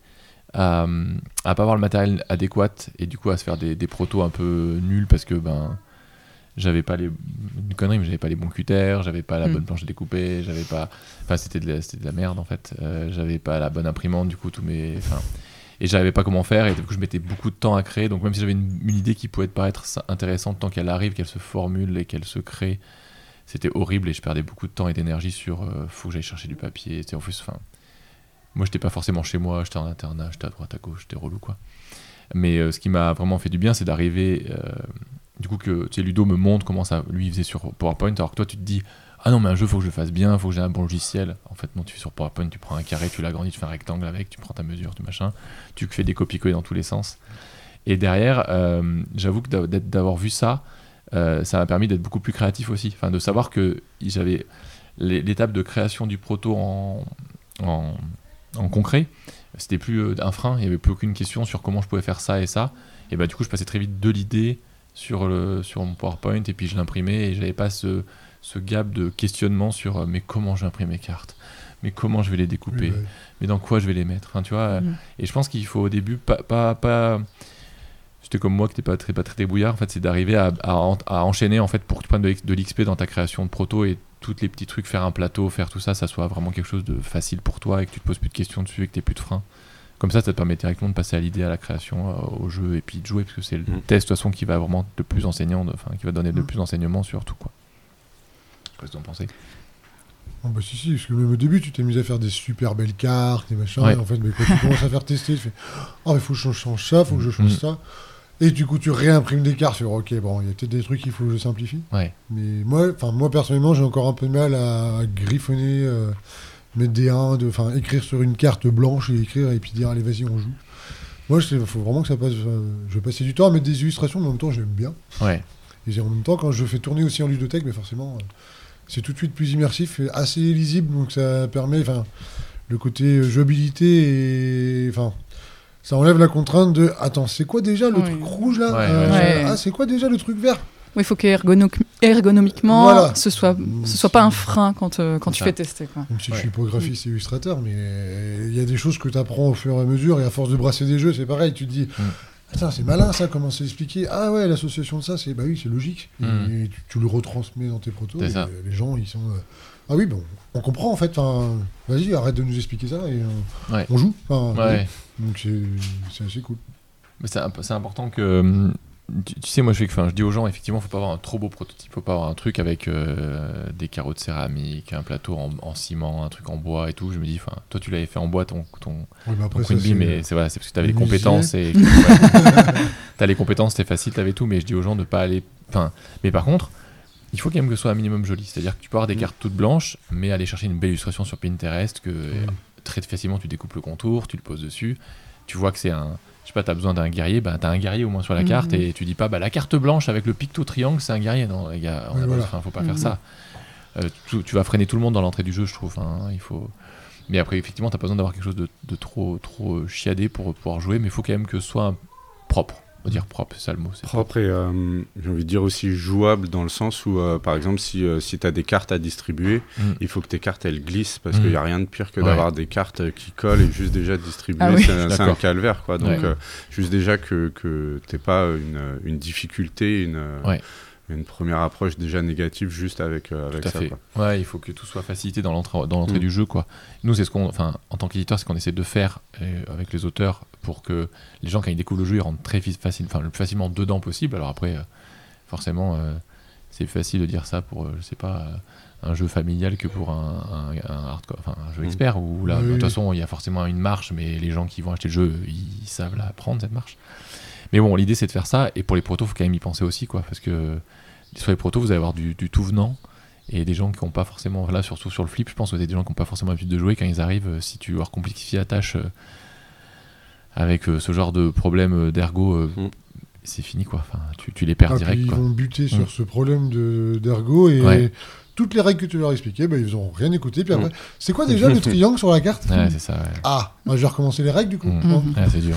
à à pas avoir le matériel adéquat et du coup à se faire des, des protos un peu nuls parce que ben j'avais pas les une connerie mais j'avais pas les bons cutters, j'avais pas la Mm. bonne planche à découper, j'avais pas enfin c'était de la, c'était de la merde en fait. Euh, j'avais pas la bonne imprimante du coup tous mes enfin et j'avais pas comment faire et du coup je mettais beaucoup de temps à créer, donc même si j'avais une, une idée qui pouvait te paraître sa- intéressante tant qu'elle arrive, qu'elle se formule et qu'elle se crée, c'était horrible et je perdais beaucoup de temps et d'énergie sur euh, faut que j'aille chercher du papier, c'était en plus enfin moi j'étais pas forcément chez moi, j'étais en internat, j'étais à droite à gauche, j'étais relou quoi. Mais euh, ce qui m'a vraiment fait du bien, c'est d'arriver euh, du coup que tu sais Ludo me montre comment ça lui faisait sur PowerPoint, alors que toi tu te dis ah non mais un jeu faut que je le fasse bien, faut que j'ai un bon logiciel. En fait non, tu fais sur PowerPoint, tu prends un carré, tu l'agrandis, tu fais un rectangle avec, tu prends ta mesure, tu machin, tu fais des copies-coller dans tous les sens. Et derrière, euh, j'avoue que d'a- d'être- d'avoir vu ça, euh, ça m'a permis d'être beaucoup plus créatif aussi, enfin de savoir que j'avais les- l'étape de création du proto en, en, en concret, c'était plus euh, un frein, il n'y avait plus aucune question sur comment je pouvais faire ça et ça. Et bah du coup je passais très vite de l'idée sur, le, sur mon PowerPoint et puis je l'imprimais et j'avais pas ce, ce gap de questionnement sur euh, mais comment je vais imprimer mes cartes, mais comment je vais les découper, Oui, bah, mais dans quoi je vais les mettre, enfin, tu vois. euh, Mm. Et je pense qu'il faut au début pas... pas, pas c'était comme moi qui n'était pas très, pas très débrouillard, en fait, c'est d'arriver à, à, en- à enchaîner en fait, pour que tu prennes de, l'ex- de l'X P dans ta création de proto et tous les petits trucs, faire un plateau, faire tout ça, ça soit vraiment quelque chose de facile pour toi et que tu te poses plus de questions dessus et que tu n'aies plus de frein. Comme ça, ça te permet directement de passer à l'idée, à la création, euh, au jeu et puis de jouer, parce que c'est le Mm. test de toute façon qui va vraiment le plus enseignant, de- enfin qui va donner le Mm. plus d'enseignement sur tout quoi. Je sais pas ce que vous en pensez. Oh, bah si, si, parce que même au début, tu t'es mis à faire des super belles cartes, des machins, Ouais. et en fait, mais quand tu commences à faire tester, tu fais oh, il faut que je change ça, il faut que je change Mm. ça. Et du coup, tu réimprimes des cartes, tu fais ok, bon, il y a peut-être des trucs qu'il faut que je simplifie. Ouais. Mais moi, enfin moi personnellement, j'ai encore un peu de mal à, à griffonner, euh, mettre des un, de, enfin écrire sur une carte blanche et écrire et puis dire allez vas-y on joue. Moi, il faut vraiment que ça passe. euh, je vais passer du temps à mettre des illustrations, mais en même temps, j'aime bien. Ouais. Et en même temps, quand je fais tourner aussi en ludothèque, mais forcément, euh, c'est tout de suite plus immersif, et assez lisible, donc ça permet, enfin, le côté euh, jouabilité et, enfin, ça enlève la contrainte de, attends, c'est quoi déjà le Oui. truc rouge là Ouais, Euh, ouais, ouais. Ah, c'est quoi déjà le truc vert Oui, il faut qu'ergonomiquement, Voilà. ce soit, ce soit pas un frein quand, euh, quand C'est tu ça. fais tester. Quoi. Même si Ouais. je suis pas graphiste et illustrateur, mais euh, il y a des choses que tu apprends au fur et à mesure, et à force de brasser des jeux, c'est pareil, tu te dis, Mm. attends, c'est malin ça, comment c'est expliqué? Ah ouais, l'association de ça, c'est bah oui, c'est logique. Et Mm. tu, tu le retransmets dans tes protos, C'est et ça. euh, les gens, ils sont. euh, ah oui, bon, on comprend en fait, enfin, vas-y, arrête de nous expliquer ça, et euh, Ouais. on joue. Enfin, Ouais. vas-y. Donc c'est c'est assez cool. Mais c'est, imp- c'est important que. hum, Tu, tu sais, moi je, fais que- enfin, je dis aux gens, effectivement, faut pas avoir un trop beau prototype, faut pas avoir un truc avec euh, des carreaux de céramique, un plateau en, en ciment, un truc en bois et tout. Je me dis, enfin, toi tu l'avais fait en bois, ton, ton, Ouais, mais après, ton ça, Queen Bee, c'est- mais c'est, voilà, c'est parce que tu avais les les compétences et. Ouais. T'as les compétences, c'était facile, t'avais tout, mais je dis aux gens de pas aller. Enfin, mais par contre, il faut quand même que ce soit un minimum joli. C'est-à-dire que tu peux avoir des Mm. cartes toutes blanches, mais aller chercher une belle illustration sur Pinterest que Mm. très facilement tu découpes le contour, tu le poses dessus, tu vois que c'est un. Je sais pas, t'as besoin d'un guerrier, bah t'as un guerrier au moins sur la Mhm. carte et tu dis pas, bah la carte blanche avec le picto triangle, c'est un guerrier. Non, les gars, on Oui, a pas- voilà. enfin, faut pas Mhm. faire ça. Euh, tu, tu vas freiner tout le monde dans l'entrée du jeu, je trouve. Hein, il faut. Mais après, effectivement, t'as pas besoin d'avoir quelque chose de, de trop, trop euh, chiadé pour pouvoir jouer, mais il faut quand même que ce soit un- propre. On va dire propre, c'est ça le mot. C'est Propre et euh, j'ai envie de dire aussi jouable dans le sens où, euh, par exemple, si, euh, si tu as des cartes à distribuer, Mm. il faut que tes cartes elles glissent parce Mm. qu'il n'y a rien de pire que Ouais. d'avoir des cartes euh, qui collent et juste déjà distribuer, Ah oui. c'est, Je suis c'est un d'accord. calvaire quoi. Donc, Ouais. euh, juste déjà que, que tu n'aies pas une, une difficulté, une, euh, Ouais. une première approche déjà négative juste avec, euh, avec Tout à ça. fait. Quoi. Ouais, il faut que tout soit facilité dans l'entrée, dans l'entrée Mm. du jeu, quoi. Nous, c'est ce qu'on, enfin, en tant qu'éditeur, c'est ce qu'on essaie de faire euh, avec les auteurs pour que les gens, quand ils découvrent le jeu, ils rentrent très facile, enfin, le plus facilement dedans possible. Alors après, euh, forcément, euh, c'est facile de dire ça pour, euh, je sais pas, euh, un jeu familial que pour un, un, un hardcore, enfin un jeu expert, où là, oui, de toute oui. façon, il y a forcément une marche, mais les gens qui vont acheter le jeu, ils, ils savent la prendre, cette marche. Mais bon, l'idée, c'est de faire ça, et pour les protos, il faut quand même y penser aussi, quoi, parce que sur les protos, vous allez avoir du, du tout venant, et des gens qui n'ont pas forcément, là, surtout sur le flip, je pense que c'est des gens qui n'ont pas forcément l'habitude de jouer. Quand ils arrivent, euh, si tu leur compliquies la tâche euh, avec euh, ce genre de problème d'ergo, euh, mm. c'est fini, quoi. Enfin, tu, tu les perds ah, direct. Puis quoi. Ils vont buter sur mm. ce problème de, d'ergo, et ouais. toutes les règles que tu leur expliquais, bah, ils n'ont rien écouté. Puis après, mm. c'est quoi déjà le triangle sur la carte? Ouais, c'est ça, ouais. Ah, moi, je vais recommencer les règles, du coup. Mm. Mm. Ouais, c'est dur.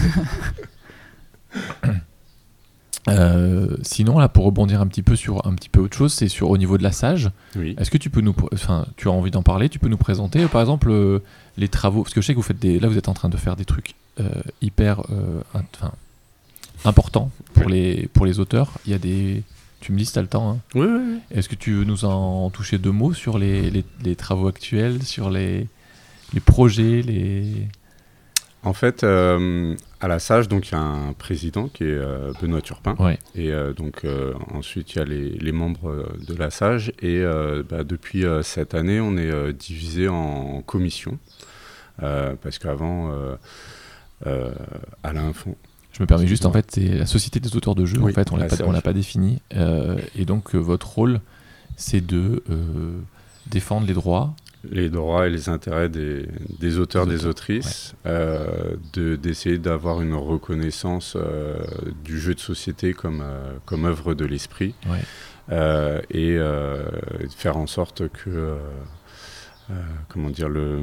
Euh, sinon, là, pour rebondir un petit peu sur un petit peu autre chose, c'est sur au niveau de la Sage. Oui. Est-ce que tu peux nous, enfin, tu as envie d'en parler, tu peux nous présenter, euh, par exemple, euh, les travaux, parce que je sais que vous faites des, là, vous êtes en train de faire des trucs euh, hyper, euh, enfin, importants pour oui. les pour les auteurs. Il y a des, tu me dis si t'as le temps. Hein. Oui, oui, oui. Est-ce que tu veux nous en toucher deux mots sur les, les, les travaux actuels, sur les les projets, les En fait, euh, à la Sage, donc il y a un président qui est euh, Benoît Turpin, ouais. et euh, donc euh, ensuite il y a les, les membres euh, de la Sage, et euh, bah, depuis euh, cette année, on est euh, divisé en commissions, euh, parce qu'avant, euh, euh, Alain Fon... Je me permets juste, en fait, c'est la Société des auteurs de jeux, oui, en fait, on l'a pas, on l'a pas défini, euh, et donc euh, votre rôle, c'est de euh, défendre les droits. Les droits et les intérêts des, des auteurs, des, des auteurs, autrices, ouais. euh, de, d'essayer d'avoir une reconnaissance euh, du jeu de société comme, euh, comme œuvre de l'esprit, ouais. euh, et euh, de faire en sorte que, euh, euh, comment dire, le,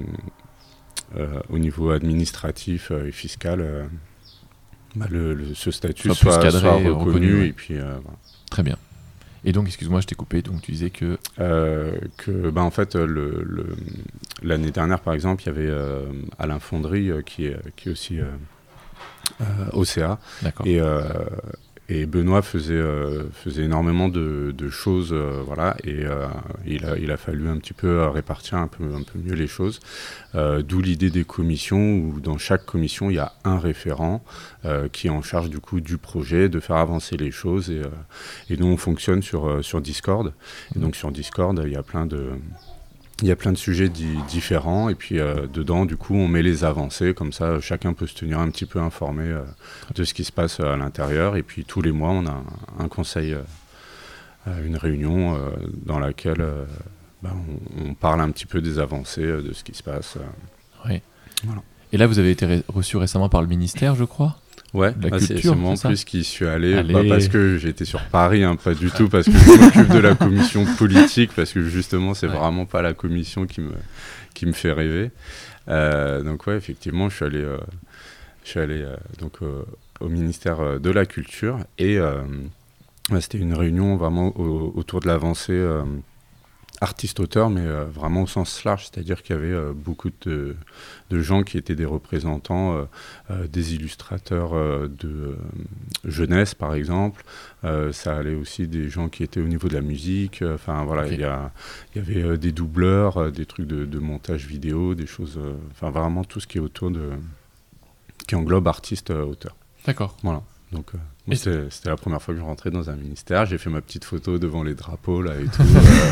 euh, au niveau administratif et fiscal, euh, bah le, le, ce statut soit, soit, cadré, soit reconnu, reconnu ouais. et puis euh, voilà. Très bien. Et donc, excuse-moi, je t'ai coupé, donc tu disais que... Euh, que bah, en fait, le, le, l'année dernière, par exemple, il y avait euh, Alain Fondry, euh, qui, est, qui est aussi euh, euh, O C A. D'accord. Et, euh, et Benoît faisait, euh, faisait énormément de, de choses, euh, voilà, et euh, il, a, il a fallu un petit peu euh, répartir un peu, un peu mieux les choses. Euh, d'où l'idée des commissions, où dans chaque commission, il y a un référent euh, qui est en charge du coup du projet, de faire avancer les choses. Et, euh, et nous, on fonctionne sur, euh, sur Discord. Et donc sur Discord, il y a plein de... Il y a plein de sujets di- différents, et puis euh, dedans, du coup, on met les avancées, comme ça, chacun peut se tenir un petit peu informé euh, de ce qui se passe à l'intérieur. Et puis tous les mois, on a un, un conseil, euh, une réunion euh, dans laquelle euh, bah, on, on parle un petit peu des avancées, euh, de ce qui se passe. Euh. Oui. Voilà. Et là, vous avez été ré- reçu récemment par le ministère, je crois. Ouais, la bah culture, c'est, c'est moi en c'est plus qui suis allé, Allez. pas parce que j'étais sur Paris, hein, pas du tout, parce que je m'occupe de la commission politique, parce que justement, c'est ouais. vraiment pas la commission qui me, qui me fait rêver. Euh, donc ouais, effectivement, je suis allé, euh, je suis allé euh, donc, euh, au ministère de la Culture, et euh, bah, c'était une réunion vraiment au, autour de l'avancée euh, artiste-auteur, mais euh, vraiment au sens large, c'est-à-dire qu'il y avait euh, beaucoup de, de gens qui étaient des représentants, euh, euh, des illustrateurs euh, de euh, jeunesse, par exemple. Euh, ça allait aussi des gens qui étaient au niveau de la musique. Enfin, euh, voilà, il okay. y, a, y avait euh, des doubleurs, euh, des trucs de, de montage vidéo, des choses... Enfin, euh, vraiment tout ce qui est autour de... qui englobe artiste-auteur. D'accord. Voilà. Donc, euh, moi, c'était, c'était la première fois que je rentrais dans un ministère. J'ai fait ma petite photo devant les drapeaux, là, et tout.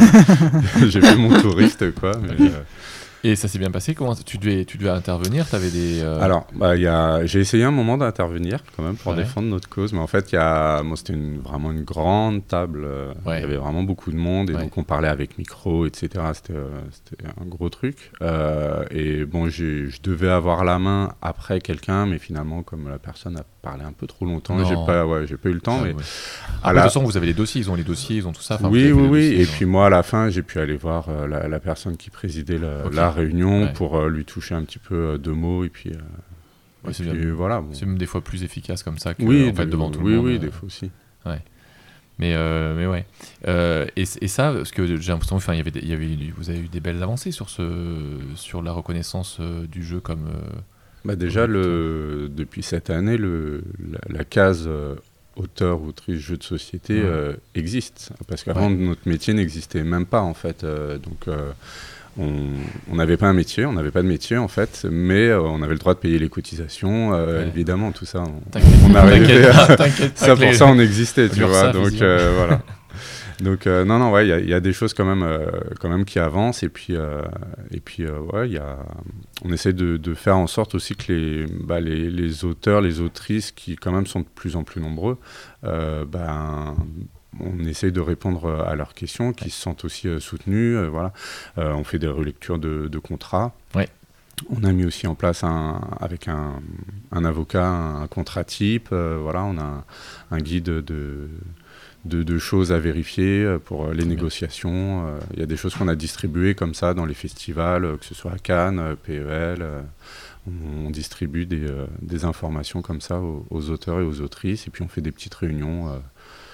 euh, j'ai fait mon touriste, quoi. Mais, euh... Et ça s'est bien passé? Comment tu devais, tu devais intervenir? T'avais des, euh... Alors, bah, y a... j'ai essayé un moment d'intervenir, quand même, pour ouais. défendre notre cause. Mais en fait, y a... moi, c'était une... vraiment une grande table. Euh... Ouais. Il y avait vraiment beaucoup de monde. Et ouais. donc, on parlait avec micro, et cetera. C'était, euh... c'était un gros truc. Euh... Et bon, j'ai... je devais avoir la main après quelqu'un. Mais finalement, comme la personne a parlé un peu trop longtemps, j'ai pas... Ouais, j'ai pas eu le temps. Ah, mais... ouais. Après, la... de toute façon, vous avez les dossiers. Ils ont les dossiers, ils ont tout ça. Enfin, oui, oui, oui. Dossiers, et genre. Puis moi, à la fin, j'ai pu aller voir euh, la, la personne qui présidait la, okay. la réunion ouais. pour euh, lui toucher un petit peu euh, de mots. Et puis, euh, ouais, et c'est, puis bien. voilà. Bon. C'est même des fois plus efficace comme ça que oui, en fait, de, devant tout oui, le monde. Oui, euh, des fois aussi. Ouais. Mais, euh, mais ouais. Euh, et, et ça, parce que j'ai l'impression, enfin, il y avait, des, il y avait, vous avez eu des belles avancées sur ce, sur la reconnaissance euh, du jeu comme. Euh, bah déjà, le, depuis cette année, le, la, la case euh, auteur, autrice, jeu de société ouais. euh, existe, parce qu'avant ouais. notre métier n'existait même pas en fait. Euh, donc, euh, on n'avait pas un métier, on n'avait pas de métier en fait, mais euh, on avait le droit de payer les cotisations, euh, ouais. évidemment, tout ça. On, t'inquiète, on arrivait à... t'inquiète, ça, pour les... ça, on existait, tu vois. Ça, donc, euh, voilà. Donc, euh, non, non, ouais, il y, y a des choses quand même, euh, quand même qui avancent. Et puis, euh, et puis euh, ouais, y a... on essaie de, de faire en sorte aussi que les, bah, les, les auteurs, les autrices, qui quand même sont de plus en plus nombreux, euh, ben... on essaye de répondre à leurs questions, qui ouais. se sentent aussi euh, soutenus. Euh, voilà. euh, on fait des relectures de, de contrats. Ouais. On a mis aussi en place, un, avec un, un avocat, un contrat type. Euh, voilà, on a un, un guide de, de, de choses à vérifier pour les Très négociations. Il euh, y a des choses qu'on a distribuées comme ça dans les festivals, que ce soit à Cannes, P E L. Euh, on, on distribue des, euh, des informations comme ça aux, aux auteurs et aux autrices. Et puis on fait des petites réunions euh,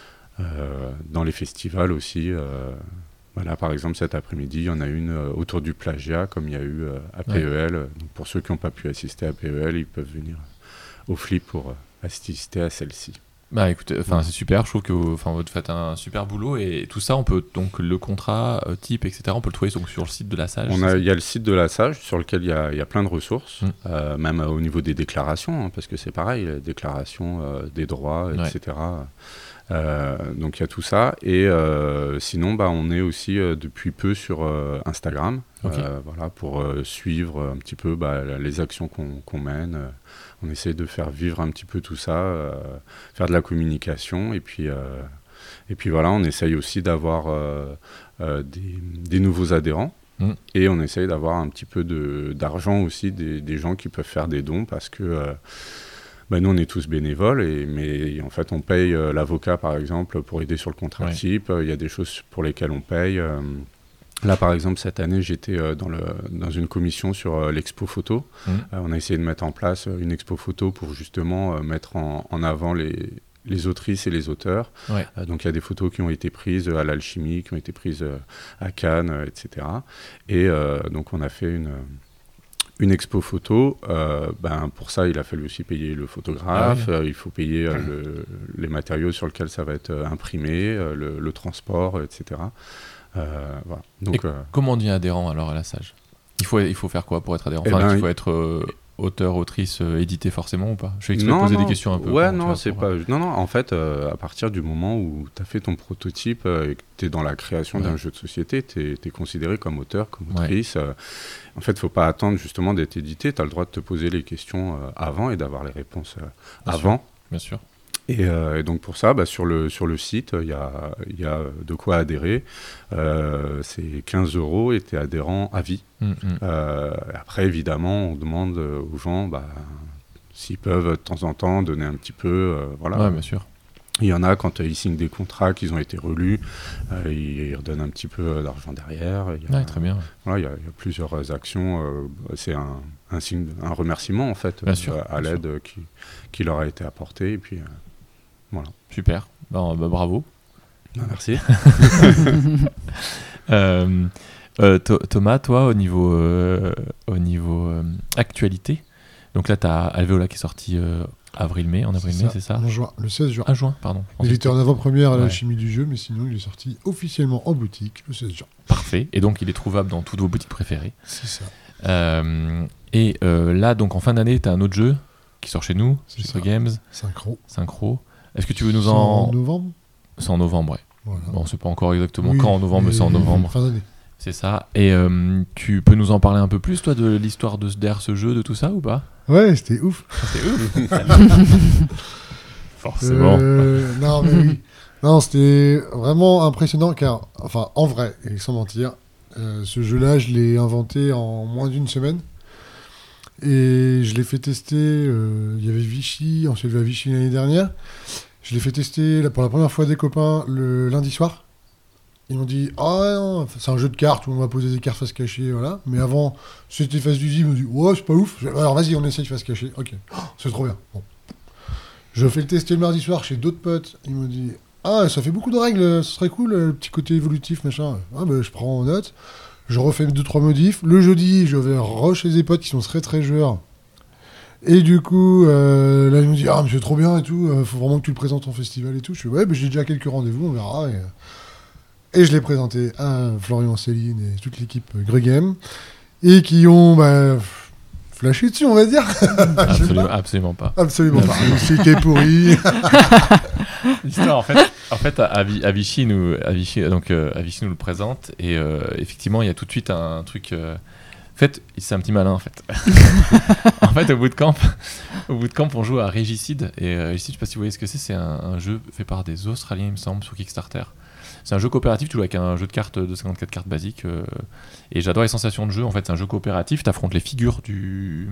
Euh, dans les festivals aussi. Euh, voilà, par exemple, cet après-midi, il y en a une euh, autour du plagiat, comme il y a eu euh, à P E L. Ouais. Donc, pour ceux qui n'ont pas pu assister à P E L, ils peuvent venir au Flip pour euh, assister à celle-ci. Bah écoutez, enfin ouais. c'est super, je trouve que vous, vous faites un super boulot et tout ça, on peut donc le contrat euh, type, et cetera. On peut le trouver donc sur le site de la Sage. On a, il y a le site de la Sage sur lequel il y a, il y a plein de ressources, mmh. euh, même euh, au niveau des déclarations, hein, parce que c'est pareil, les déclarations euh, des droits, et cetera. Ouais. Euh, donc il y a tout ça et euh, sinon bah, on est aussi euh, depuis peu sur euh, Instagram okay. euh, voilà, pour euh, suivre un petit peu bah, les actions qu'on, qu'on mène. On essaie de faire vivre un petit peu tout ça, euh, faire de la communication et puis, euh, et puis voilà, on essaye aussi d'avoir euh, euh, des, des nouveaux adhérents. Mmh. Et on essaye d'avoir un petit peu de, d'argent aussi des, des gens qui peuvent faire des dons parce que euh, bah nous, on est tous bénévoles, et, mais en fait, on paye euh, l'avocat, par exemple, pour aider sur le contrat ouais. type. Il y a des choses pour lesquelles on paye. Euh, là, par exemple, cette année, j'étais euh, dans, le, dans une commission sur euh, l'expo photo. Mmh. Euh, on a essayé de mettre en place une expo photo pour justement euh, mettre en, en avant les, les autrices et les auteurs. Ouais. Euh, donc, il y a des photos qui ont été prises à l'Alchimie, qui ont été prises euh, à Cannes, euh, et cetera. Et euh, donc, on a fait une... Une expo photo, euh, ben pour ça, il a fallu aussi payer le photographe, ah oui. euh, il faut payer euh, le, les matériaux sur lesquels ça va être euh, imprimé, euh, le, le transport, et cetera. Euh, voilà. Donc, et euh, comment on devient adhérent alors à la Sage ? il faut, il faut faire quoi pour être adhérent ? Enfin, ben, il faut être euh, auteur, autrice, euh, édité forcément ou pas ? Je vais exprès poser non. des questions un peu. Ouais, non, c'est pas... non, non, en fait, euh, à partir du moment où tu as fait ton prototype euh, et que tu es dans la création ouais. d'un jeu de société, tu es considéré comme auteur, comme autrice. Ouais. Euh, en fait, il ne faut pas attendre justement d'être édité. Tu as le droit de te poser les questions euh, avant et d'avoir les réponses euh, Bien avant. Sûr. Bien sûr. Et, euh, et donc pour ça, bah, sur, le, sur le site, il y a, y a de quoi adhérer. Euh, c'est quinze euros et tu es adhérent à vie. Mmh, mmh. Euh, après, évidemment, on demande aux gens bah, s'ils peuvent de temps en temps donner un petit peu. Euh, voilà. Ouais, bien sûr. Il y en a, quand euh, ils signent des contrats, qu'ils ont été relus, euh, ils, ils redonnent un petit peu euh, d'argent derrière. Il y a, ouais, très bien. Voilà, il y a, il y a plusieurs actions. Euh, c'est un, un, signe, un remerciement, en fait, bien sûr, euh, à bien l'aide sûr. qui, qui leur a été apportée. Et puis, euh, voilà. Super. Ben, bah, bravo. Ben, merci. euh, euh, Thomas, toi, au niveau, euh, au niveau euh, actualité, donc là, tu as Alvéola qui est sorti... Euh, avril-mai, en avril-mai, c'est, c'est ça ? En juin, le seize juin. Ah, juin, pardon. Il était en avant-première à l'Alchimie ouais. du jeu, mais sinon il est sorti officiellement en boutique le seize juin. Parfait, et donc il est trouvable dans toutes vos boutiques préférées. C'est ça. Euh, et euh, là, donc en fin d'année, tu as un autre jeu qui sort chez nous, chez Street Games. Synchro. Synchro. Est-ce que tu veux nous c'est en... en novembre ? C'est en novembre, ouais. Voilà. Bon, on ne sait pas encore exactement oui, quand en novembre, mais c'est en novembre. Fin d'année. C'est ça. Et euh, tu peux nous en parler un peu plus, toi, de l'histoire de derrière ce jeu, de tout ça, ou pas ? Ouais, c'était ouf. C'était ouf. Forcément. Euh, non, mais oui. Non, c'était vraiment impressionnant, car, enfin, en vrai, et sans mentir, euh, ce jeu-là, je l'ai inventé en moins d'une semaine. Et je l'ai fait tester, euh, il y avait Vichy, on s'est vu à Vichy l'année dernière. Je l'ai fait tester là, pour la première fois des copains le lundi soir. Ils m'ont dit, ah oh, non, c'est un jeu de cartes où on va poser des cartes face cachée, voilà. Mais avant, c'était face d'usine, ils m'ont dit, ouais, c'est pas ouf. Alors vas-y, on essaye face cachée. Ok, oh, c'est trop bien. Bon. Je fais le tester le mardi soir chez d'autres potes. Ils m'ont dit, ah, ça fait beaucoup de règles, ce serait cool, le petit côté évolutif, machin. Ah, ben, je prends en note. Je refais deux, trois modifs. Le jeudi, je vais re chez des potes qui sont très, très joueurs. Et du coup, euh, là, ils m'ont dit, ah, mais c'est trop bien et tout, euh, faut vraiment que tu le présentes en festival et tout. Je suis, ouais, ben, j'ai déjà quelques rendez-vous, on verra. Et... et je l'ai présenté à Florian Céline et toute l'équipe Greg et qui ont bah, flashé dessus, on va dire. Absolument, absolument pas. Absolument pas. C'est qui est pourri. L'histoire, en fait, en fait à, à Vichy, nous, à Vichy, donc, euh, à Vichy nous le présente et euh, effectivement, il y a tout de suite un, un truc. Euh, en fait, c'est un petit malin en fait. En fait, au bout de camp, au bout de camp, on joue à Régicide et euh, Régicide, je sais pas si vous voyez ce que c'est. C'est un, un jeu fait par des Australiens, il me semble, sur Kickstarter. C'est un jeu coopératif, tu joues avec un jeu de cartes de cinquante-quatre cartes basique. Euh, et j'adore les sensations de jeu. En fait, c'est un jeu coopératif. Tu affrontes les figures du,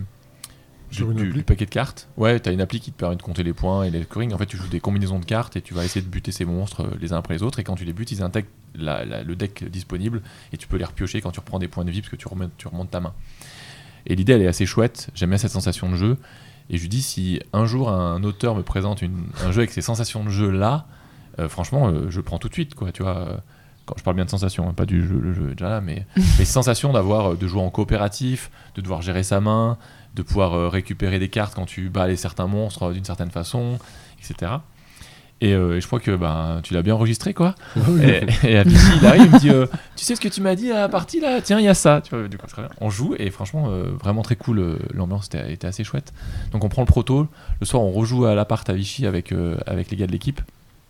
du, du, du paquet de cartes. Ouais, tu as une appli qui te permet de compter les points et les scoring. En fait, tu joues des combinaisons de cartes et tu vas essayer de buter ces monstres euh, les uns après les autres. Et quand tu les butes, ils intègrent la, la, le deck disponible et tu peux les repiocher quand tu reprends des points de vie parce que tu remontes, tu remontes ta main. Et l'idée, elle est assez chouette. J'aime bien cette sensation de jeu. Et je lui dis, si un jour un auteur me présente une, un jeu avec ces sensations de jeu là, Euh, franchement, euh, je le prends tout de suite, quoi. Tu vois, euh, quand je parle bien de sensations, hein, pas du jeu, le jeu est déjà là, mais les sensations d'avoir, euh, de jouer en coopératif, de devoir gérer sa main, de pouvoir euh, récupérer des cartes quand tu bats les certains monstres euh, d'une certaine façon, et cetera. Et, euh, et je crois que bah, tu l'as bien enregistré, quoi. Oui. Et, et à Vichy, il arrive, il me dit euh, tu sais ce que tu m'as dit à la partie là, tiens, il y a ça. Tu vois, du coup, très bien. On joue et franchement, euh, vraiment très cool. Euh, l'ambiance était, était assez chouette. Donc on prend le proto. Le soir, on rejoue à l'appart à Vichy avec, euh, avec les gars de l'équipe.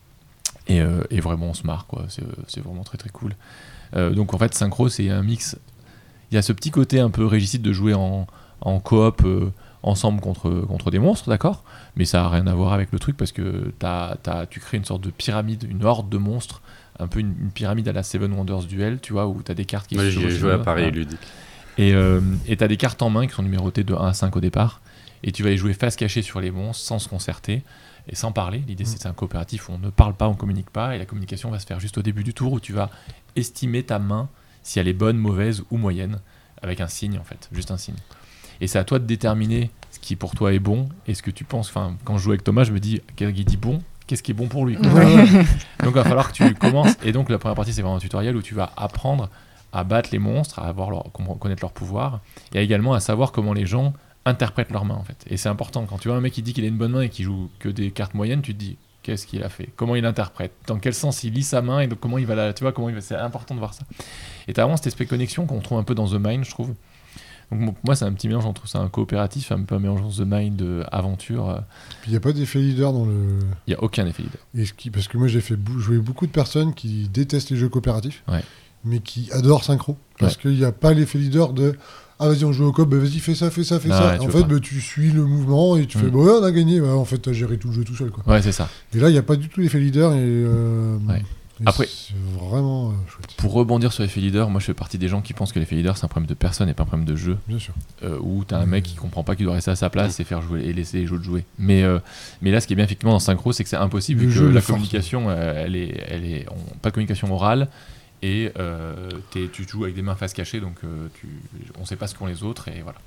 Et, euh, et vraiment on se marre, quoi. C'est, c'est vraiment très très cool. Euh, donc en fait Synchro c'est un mix. Il y a ce petit côté un peu régicide de jouer en, en coop euh, ensemble contre, contre des monstres, d'accord, mais ça n'a rien à voir avec le truc parce que t'as, t'as, tu crées une sorte de pyramide, une horde de monstres, un peu une, une pyramide à la Seven Wonders Duel, tu vois, où tu as des cartes qui Moi se j'ai joué à Paris ludique. Et euh, tu as des cartes en main qui sont numérotées de un à cinq au départ et tu vas les jouer face cachée sur les monstres sans se concerter et sans parler. L'idée, c'est, c'est un coopératif où on ne parle pas, on ne communique pas, et la communication va se faire juste au début du tour où tu vas estimer ta main si elle est bonne, mauvaise ou moyenne, avec un signe en fait, juste un signe. Et c'est à toi de déterminer ce qui pour toi est bon et ce que tu penses. Enfin, quand je joue avec Thomas, je me dis, quelqu'un qui dit bon, qu'est-ce qui est bon pour lui, quoi. Donc il va falloir que tu commences. Et donc la première partie, c'est vraiment un tutoriel où tu vas apprendre à battre les monstres, à avoir leur, connaître leur pouvoir, et également à savoir comment les gens interprètent leurs mains en fait. Et c'est important, quand tu vois un mec qui dit qu'il a une bonne main et qui joue que des cartes moyennes, tu te dis qu'est-ce qu'il a fait, comment il interprète, dans quel sens il lit sa main et donc comment il va la, tu vois comment il va, c'est important de voir ça. Et t'as vraiment cette espèce de connexion qu'on trouve un peu dans The Mind, je trouve. Donc moi c'est un petit mélange entre ça, un coopératif, un peu un mélange entre The Mind, euh, aventure. Puis il n'y a pas d'effet leader dans le. Il y a aucun effet leader. Et ce qui, parce que moi j'ai fait bou- jouer beaucoup de personnes qui détestent les jeux coopératifs, ouais. mais qui adorent synchro, parce ouais. qu'il n'y a pas l'effet leader de ah vas-y on joue au coop, bah, vas-y fais ça, fais ça, fais non, ça. Ouais, en fait bah, tu suis le mouvement et tu mmh. fais bah ouais on a gagné, bah, en fait t'as géré tout le jeu tout seul quoi. Ouais c'est ça. Et là il n'y a pas du tout l'effet leader et, euh, ouais. et après c'est vraiment euh, chouette. Pour rebondir sur l'effet leader, moi je fais partie des gens qui pensent que l'effet leader c'est un problème de personne et pas un problème de jeu. Bien sûr. Euh, où t'as un mec qui comprend pas qu'il doit rester à sa place mmh. et faire jouer et laisser les autres jouer. Mais euh, mais là ce qui est bien effectivement dans Synchro c'est que c'est impossible le vu que la communication euh, elle est elle est on, pas de communication orale. Et euh, tu joues avec des mains face cachée, donc euh, tu, on ne sait pas ce qu'ont les autres, et voilà.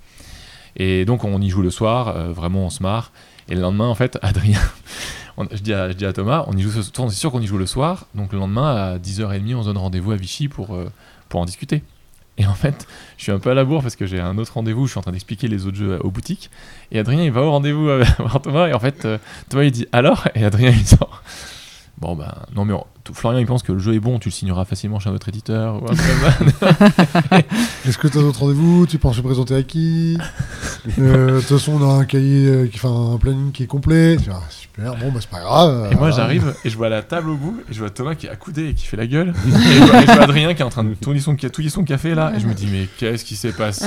Et donc on y joue le soir, euh, vraiment on se marre. Et le lendemain, en fait, Adrien, on, je, dis à, je dis à Thomas, on y joue ce soir, c'est sûr qu'on y joue le soir, donc le lendemain à dix heures trente, on se donne rendez-vous à Vichy pour, euh, pour en discuter. Et en fait, je suis un peu à la bourre parce que j'ai un autre rendez-vous, je suis en train d'expliquer les autres jeux aux boutiques. Et Adrien, il va au rendez-vous avec Thomas, et en fait, euh, Thomas il dit alors, et Adrien il sort. Bon ben non mais on, tout, Florian il pense que le jeu est bon, tu le signeras facilement chez un autre éditeur ou un truc comme ça. Est-ce que tu as d'autres rendez-vous, tu penses le présenter à qui? De toute façon on a un cahier, enfin un planning qui est complet. Ah, super, bon bah c'est pas grave. Et moi j'arrive et je vois la table au bout et je vois Thomas qui est accoudé et qui fait la gueule. Et je vois, et je vois Adrien qui est en train de touiller son, son café là et je me dis mais qu'est-ce qui s'est passé?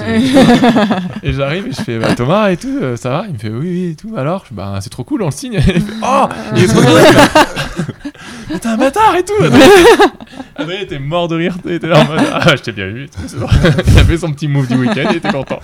Et j'arrive et je fais bah, Thomas et tout, euh, ça va? Il me fait oui oui et tout, alors je, bah c'est trop cool on le signe. Et il fait oh il est trop drôle. Mais t'es un bâtard et tout. Adrien, Adrien était mort de rire, il était là en mode ah je t'ai bien vu, c'est bon. Il a fait son petit move du week-end, il était content.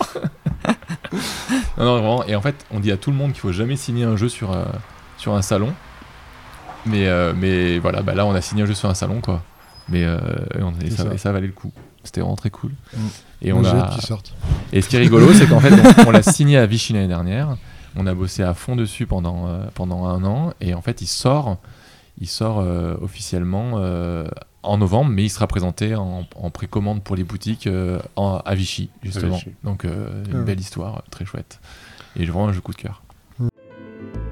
Non non vraiment, et en fait on dit à tout le monde qu'il faut jamais signer un jeu sur, euh, sur un salon. Mais, euh, mais voilà, bah là on a signé un jeu sur un salon quoi. Mais euh, et, on, et, ça, ça. et ça valait le coup. C'était vraiment très cool. Mmh. Et on a... Et ce qui est rigolo, c'est qu'en fait on, on l'a signé à Vichy l'année dernière. On a bossé à fond dessus pendant, euh, pendant un an et en fait il sort. Il sort euh, officiellement euh, en novembre, mais il sera présenté en, en précommande pour les boutiques euh, en, à Vichy, justement. À Vichy. Donc, euh, une ah. belle histoire, très chouette. Et vraiment un jeu coup de cœur. Mm.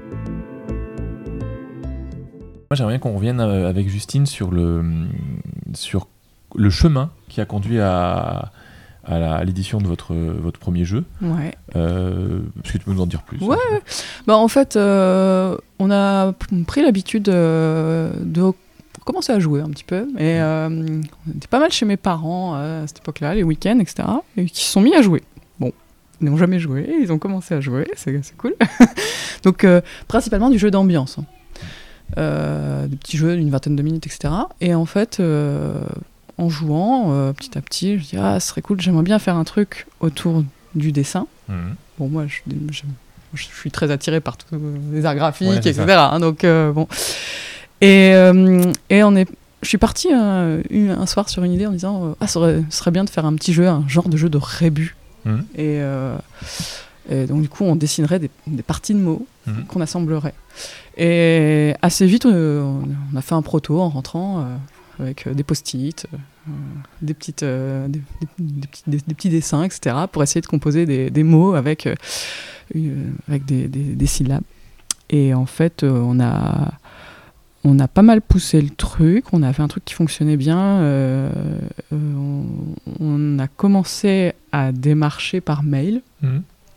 Moi, j'aimerais bien qu'on revienne euh, avec Justine sur le, sur le chemin qui a conduit à, à, la, à l'édition de votre, votre premier jeu. Ouais. Euh, Est-ce que tu peux nous en dire plus? Ouais. Bah, en fait, euh, on a p- pris l'habitude euh, de commencer à jouer un petit peu. Et euh, on était pas mal chez mes parents euh, à cette époque-là, les week-ends, et cetera. Et qui se sont mis à jouer. Bon, ils n'ont jamais joué, ils ont commencé à jouer, c'est, c'est cool. Donc, euh, principalement du jeu d'ambiance. Hein. Euh, des petits jeux d'une vingtaine de minutes, et cetera. Et en fait, euh, en jouant, euh, petit à petit, je dis ah, ce serait cool, j'aimerais bien faire un truc autour du dessin. Mmh. Bon, moi, je, je, je suis très attirée par tous les arts graphiques, Ouais, et cetera. Hein, donc, euh, bon. Et, euh, et on est, je suis partie euh, un soir sur une idée en disant euh, ah, ce serait, ce serait bien de faire un petit jeu, un genre de jeu de rébus. Mmh. Et, euh, et donc, du coup, on dessinerait des, des parties de mots Mmh. qu'on assemblerait. Et assez vite, euh, on a fait un proto en rentrant euh, avec euh, des post-it, euh, des, petites, euh, des, des, des, petits, des, des petits dessins, et cetera, pour essayer de composer des, des mots avec, euh, une, avec des, des, des syllabes. Et en fait, euh, on a... On a pas mal poussé le truc, on a fait un truc qui fonctionnait bien. Euh, euh, on, on a commencé à démarcher par mail. Mmh.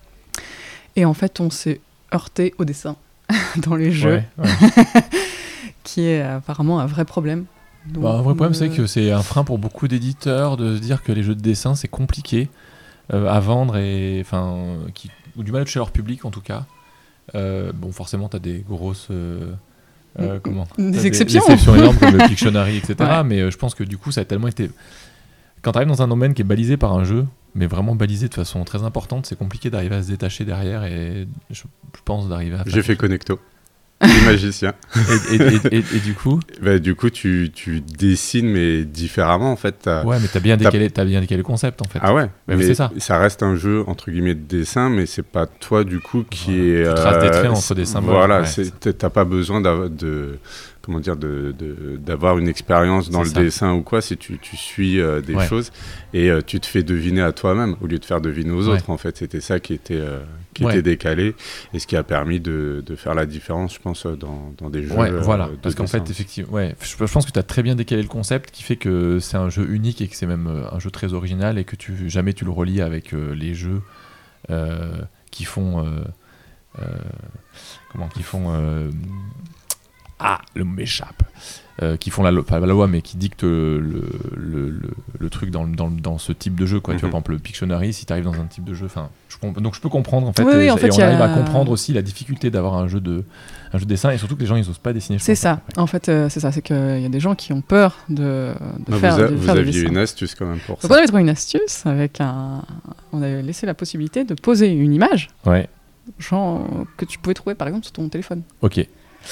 Et en fait, on s'est heurté au dessin dans les jeux, Ouais, ouais. qui est apparemment un vrai problème. Donc, Bah, un vrai problème, euh, c'est que c'est un frein pour beaucoup d'éditeurs de se dire que les jeux de dessin, c'est compliqué euh, à vendre, et, enfin, qui ont du mal à toucher leur public, en tout cas. Euh, bon, forcément, tu as des grosses... Euh, Euh, comment Des T'as exceptions. des exceptions énormes comme le Pictionary, et cetera. Ouais. Mais euh, je pense que du coup, ça a tellement été. Quand tu arrives dans un domaine qui est balisé par un jeu, mais vraiment balisé de façon très importante, c'est compliqué d'arriver à se détacher derrière, et je, je pense d'arriver à faire. J'ai fait Connecto, le magicien. Et, et, et, et, et du coup Bah, du coup, tu, tu dessines, mais différemment, en fait. T'as... Ouais, mais t'as bien, t'as... décalé, t'as bien décalé le concept, en fait. Ah ouais, mais, mais c'est ça. Ça reste un jeu, entre guillemets, de dessin, mais c'est pas toi, du coup, qui Voilà. est... Tu traces des traits euh, entre des symboles. Voilà, Ouais, c'est, c'est t'as pas besoin d'avoir, de... Comment dire, de, de, d'avoir une expérience dans C'est le ça. dessin ou quoi, si tu, tu suis euh, des Ouais. choses et euh, tu te fais deviner à toi-même au lieu de faire deviner aux Ouais. autres. En fait, c'était ça qui était, euh, qui Ouais. était décalé et ce qui a permis de, de faire la différence, je pense, dans, dans des jeux. Ouais, euh, voilà. de Parce qu'en dessin. fait, effectivement, ouais, je, je pense que tu as très bien décalé le concept qui fait que c'est un jeu unique et que c'est même euh, un jeu très original, et que tu, jamais tu le relis avec euh, les jeux euh, qui font. Euh, euh, comment Qui font. Euh, ah, le mot m'échappe. Euh, qui font la loi, pas la loi, mais qui dictent le, le, le, le, le truc dans, dans, dans ce type de jeu, quoi. Mm-hmm. Tu vois, par exemple, le Pictionary, si tu arrives dans un type de jeu, enfin, je comp- donc je peux comprendre, en fait, Oui, et, oui, en et fait, on y a- arrive à comprendre aussi la difficulté d'avoir un jeu de, un jeu de dessin, et surtout que les gens, ils osent pas dessiner. je C'est pense, ça. après. En fait, euh, c'est ça. C'est qu'il y a des gens qui ont peur de, de Ah, faire, vous, a- de vous faire des aviez dessins. une astuce quand même pour Donc, ça. on avait trouvé une astuce avec un. On avait laissé la possibilité de poser une image, Ouais, genre que tu pouvais trouver par exemple sur ton téléphone. ok.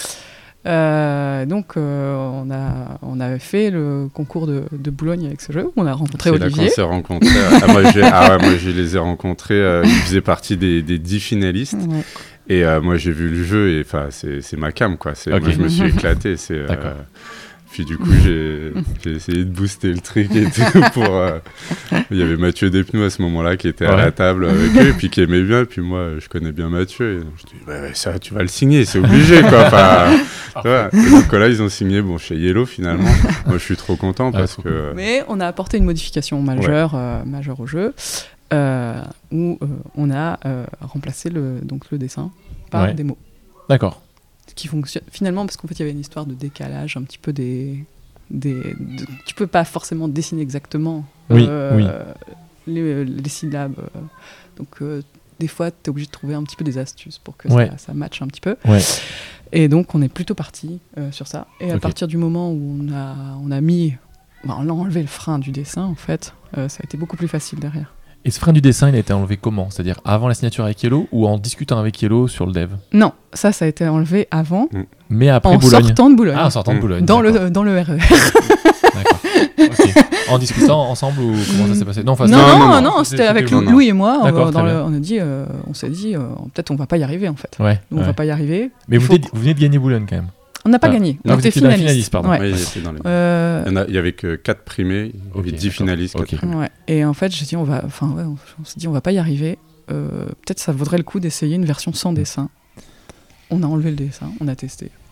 Euh, donc, euh, on a on avait fait le concours de, de Boulogne avec ce jeu. On a rencontré C'est là Olivier. qu'on s'est rencontrés. ah, moi, j'ai, ah ouais, moi, je les ai rencontrés. Euh, ils faisaient partie des, des dix finalistes. Ouais. Et euh, moi, j'ai vu le jeu et enfin, c'est, c'est ma cam, quoi. C'est, Ok. moi, je me suis éclaté. C'est, euh, D'accord. Puis du coup, j'ai, j'ai essayé de booster le truc et tout pour. euh, Il y avait Mathieu Despnous à ce moment-là qui était à Ouais. la table avec eux et puis qui aimait bien. Et puis moi, je connais bien Mathieu. Et je dis, ouais, ouais, ça, tu vas le signer, c'est obligé, quoi. Enfin, tu vois. Et donc là, ils ont signé, bon, chez Yellow finalement. Moi, je suis trop content Ah, parce trop que. Mais on a apporté une modification majeure, euh, majeure au jeu, euh, où euh, on a euh, remplacé le, donc, le dessin par Ouais. des mots. D'accord. Ce qui fonctionne finalement parce qu'en fait il y avait une histoire de décalage un petit peu des, des de- tu peux pas forcément dessiner exactement Oui, euh, oui. les, les syllabes, euh, donc euh, des fois tu es obligé de trouver un petit peu des astuces pour que Ouais. ça, ça matche un petit peu, Ouais. et donc on est plutôt parti euh, sur ça, et à Ok. partir du moment où on a, on a mis bah, on a enlevé le frein du dessin en fait, euh, ça a été beaucoup plus facile derrière. Et ce frein du dessin, il a été enlevé comment? C'est-à-dire avant la signature avec Yellow ou en discutant avec Yellow sur le dev? Non, ça ça a été enlevé avant, Mais après en Boulogne. sortant de Boulogne, Ah, en sortant de Mmh. Boulogne. dans, d'accord. le, dans le R E R. D'accord. Ok. En discutant ensemble ou comment ça s'est passé? Non, enfin, Non, c'est- non, non, non, c'était- c'était avec c'était- non, non. Louis et moi. euh, D'accord, dans très le- bien. on a dit, euh, on s'est dit, euh, peut-être on va pas y arriver en fait. Ouais. On ouais. va pas y arriver. Mais Il vous, faut venez, vous venez de gagner Boulogne quand même. On n'a pas Ah. gagné. Non, On vous était étiez dans les finaliste. finalistes, pardon. Ouais. Ouais, ils étaient dans les- Euh, Il y en a- il y avait que quatre primés, il y Ok, avait dix d'accord. finalistes. Ok. quatre primés. ouais. Et en fait, j'ai dit, on va, enfin, ouais, on, on s'est dit, on va pas y arriver. Euh, peut-être ça vaudrait le coup d'essayer une version sans dessin. On a enlevé le dessin, on a testé.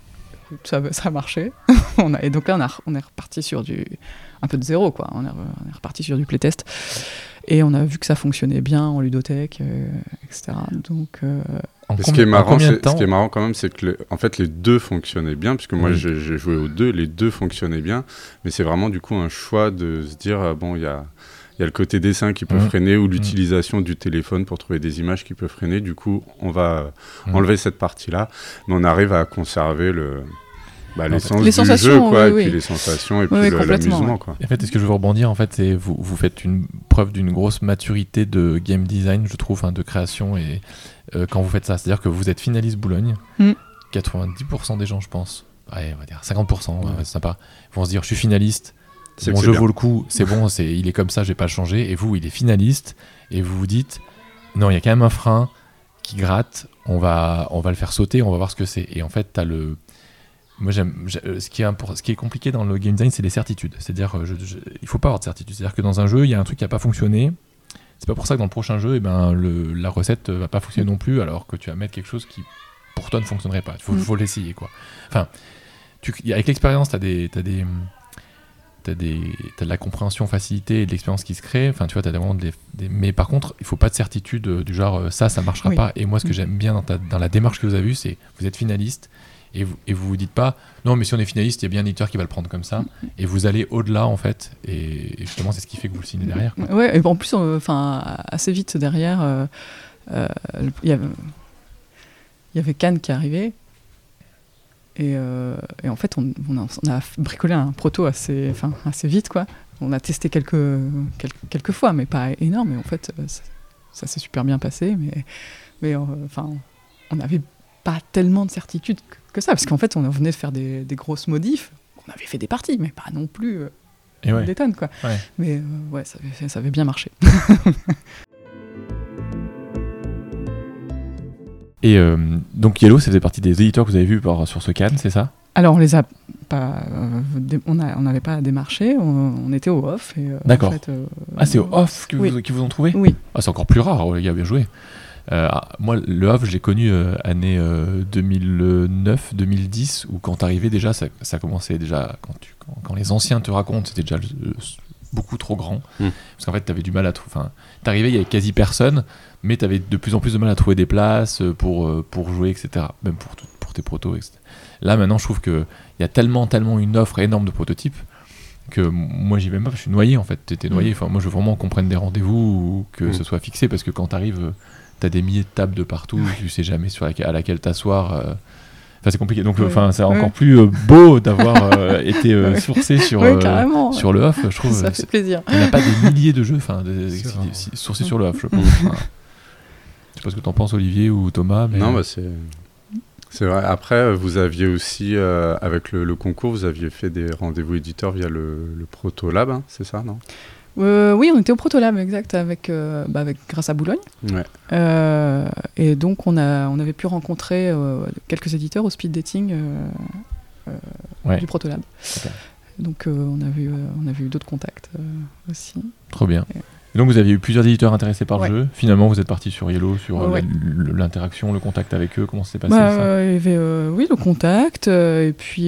écoute, ça, ça a marché. on a, et donc là, on, a, on est reparti sur du, un peu de zéro, quoi. On est, on est reparti sur du playtest. Et on a vu que ça fonctionnait bien en ludothèque, euh, et cetera. Donc, euh, en com- ce, qui est marrant, c'est, ce qui est marrant quand même, c'est que le, en fait, les deux fonctionnaient bien, puisque moi, mmh. j'ai, j'ai joué aux deux, les deux fonctionnaient bien. Mais c'est vraiment, du coup, un choix de se dire, euh, bon, il y a... Il y a le côté dessin qui peut mmh. freiner ou l'utilisation mmh. du téléphone pour trouver des images qui peut freiner. Du coup, on va mmh. enlever cette partie-là, mais on arrive à conserver le, bah, l'essence les du jeu, quoi, oui, et oui. puis les sensations et oui, puis oui, le, l'amusement. ouais. Quoi. En fait, est-ce que je veux rebondir en fait, c'est vous, vous faites une preuve d'une grosse maturité de game design, je trouve, hein, de création, et euh, quand vous faites ça, c'est-à-dire que vous êtes finaliste Boulogne, mmh. quatre-vingt-dix pour cent des gens, je pense, ouais, on va dire cinquante pour cent, ouais. Ouais, c'est sympa, vont se dire, je suis finaliste. C'est Mon jeu bien. vaut le coup, c'est bon, c'est, il est comme ça, je vais pas le changer. Et vous, il est finaliste, et vous vous dites, non, il y a quand même un frein qui gratte, on va, on va le faire sauter, on va voir ce que c'est. Et en fait, t'as le... Moi, j'aime... Ce qui est, import... ce qui est compliqué dans le game design, c'est les certitudes. C'est-à-dire, je, je... il faut pas avoir de certitude. C'est-à-dire que dans un jeu, il y a un truc qui a pas fonctionné. C'est pas pour ça que dans le prochain jeu, eh ben, le... la recette va pas fonctionner non plus, alors que tu vas mettre quelque chose qui, pour toi, ne fonctionnerait pas. Il faut, mmh. faut l'essayer, quoi. Enfin, tu... avec l'expérience, t'as des... T'as des... T'as, des, t'as de la compréhension, facilité et de l'expérience qui se crée. Enfin, tu vois, t'as vraiment des, des... Mais par contre, il faut pas de certitude euh, du genre euh, ça, ça marchera oui. pas. Et moi, ce que j'aime bien dans, ta, dans la démarche que vous avez eue, c'est vous êtes finaliste et vous, et vous vous dites pas non, mais si on est finaliste, il y a bien un éditeur qui va le prendre comme ça. Et vous allez au-delà, en fait. Et, et justement, c'est ce qui fait que vous le signez derrière. Quoi. Ouais, et en plus, enfin, euh, assez vite derrière, il euh, euh, y avait, y avait Cannes qui arrivait. Et, euh, et en fait, on, on, a, on a bricolé un proto assez, enfin, assez vite, quoi. On a testé quelques, quelques, quelques fois, mais pas énorme. Et en fait, ça, ça s'est super bien passé. Mais, mais euh, enfin, on n'avait pas tellement de certitude que, que ça. Parce qu'en fait, on venait de faire des, des grosses modifs. On avait fait des parties, mais pas non plus euh, et ouais. des tonnes, quoi. Ouais. Mais euh, ouais, ça avait, ça avait bien marché. Et euh, donc Yellow, ça faisait partie des éditeurs que vous avez vus par, sur ce Cannes, c'est ça ? Alors on les a pas, euh, dé- on a, on n'avait pas démarché, on, on était au off. Et, euh, D'accord. En fait, euh, ah c'est au off que oui. vous, qui vous ont trouvé ? Oui. Ah c'est encore plus rare, oh, les gars, bien joué. Euh, moi, le off, je l'ai connu euh, année euh, deux mille neuf deux mille dix, où quand t'arrivais déjà, ça, ça commençait déjà, quand, tu, quand, quand les anciens te racontent, c'était déjà le, le, beaucoup trop grand. Mmh. Parce qu'en fait, t'avais du mal à trouver. Enfin, t'arrivais, il y avait quasi personne. Mais tu avais de plus en plus de mal à trouver des places pour, pour jouer, et cetera. Même pour, pour tes protos, et cetera. Là, maintenant, je trouve qu'il y a tellement, tellement une offre énorme de prototypes que moi, j'y vais même pas. Je suis noyé, en fait. Tu étais noyé. Enfin, moi, je veux vraiment qu'on prenne des rendez-vous ou que mmh. ce soit fixé. Parce que quand tu arrives, tu as des milliers de tables de partout. Ouais. Tu sais jamais sur laquelle, à laquelle t'asseoir. Euh... Enfin, c'est compliqué. Donc, ouais. c'est encore ouais. plus euh, beau d'avoir euh, été euh, sourcé sur, ouais, euh, sur le off. Je trouve, ça fait plaisir. Il n'y a pas des milliers de jeux sourcés sur le off, je pense. Enfin, je sais pas ce que t'en penses, Olivier ou Thomas. Mais... Non, bah c'est... c'est vrai. Après, vous aviez aussi, euh, avec le, le concours, vous aviez fait des rendez-vous éditeurs via le, le Protolab, hein, c'est ça, non ? euh, Oui, on était au Protolab, exact, avec, euh, bah, avec, grâce à Boulogne. Ouais. Euh, et donc, on, a, on avait pu rencontrer euh, quelques éditeurs au speed dating euh, euh, ouais. du Protolab. Okay. Donc, euh, on, avait, euh, on avait eu d'autres contacts euh, aussi. Trop bien. Et, Et donc vous aviez eu plusieurs éditeurs intéressés par ouais. le jeu. Finalement, vous êtes parti sur Yellow, sur ouais. l'interaction, le contact avec eux. Comment ça s'est passé bah, ça euh, il y avait, euh, oui, le contact, euh, et puis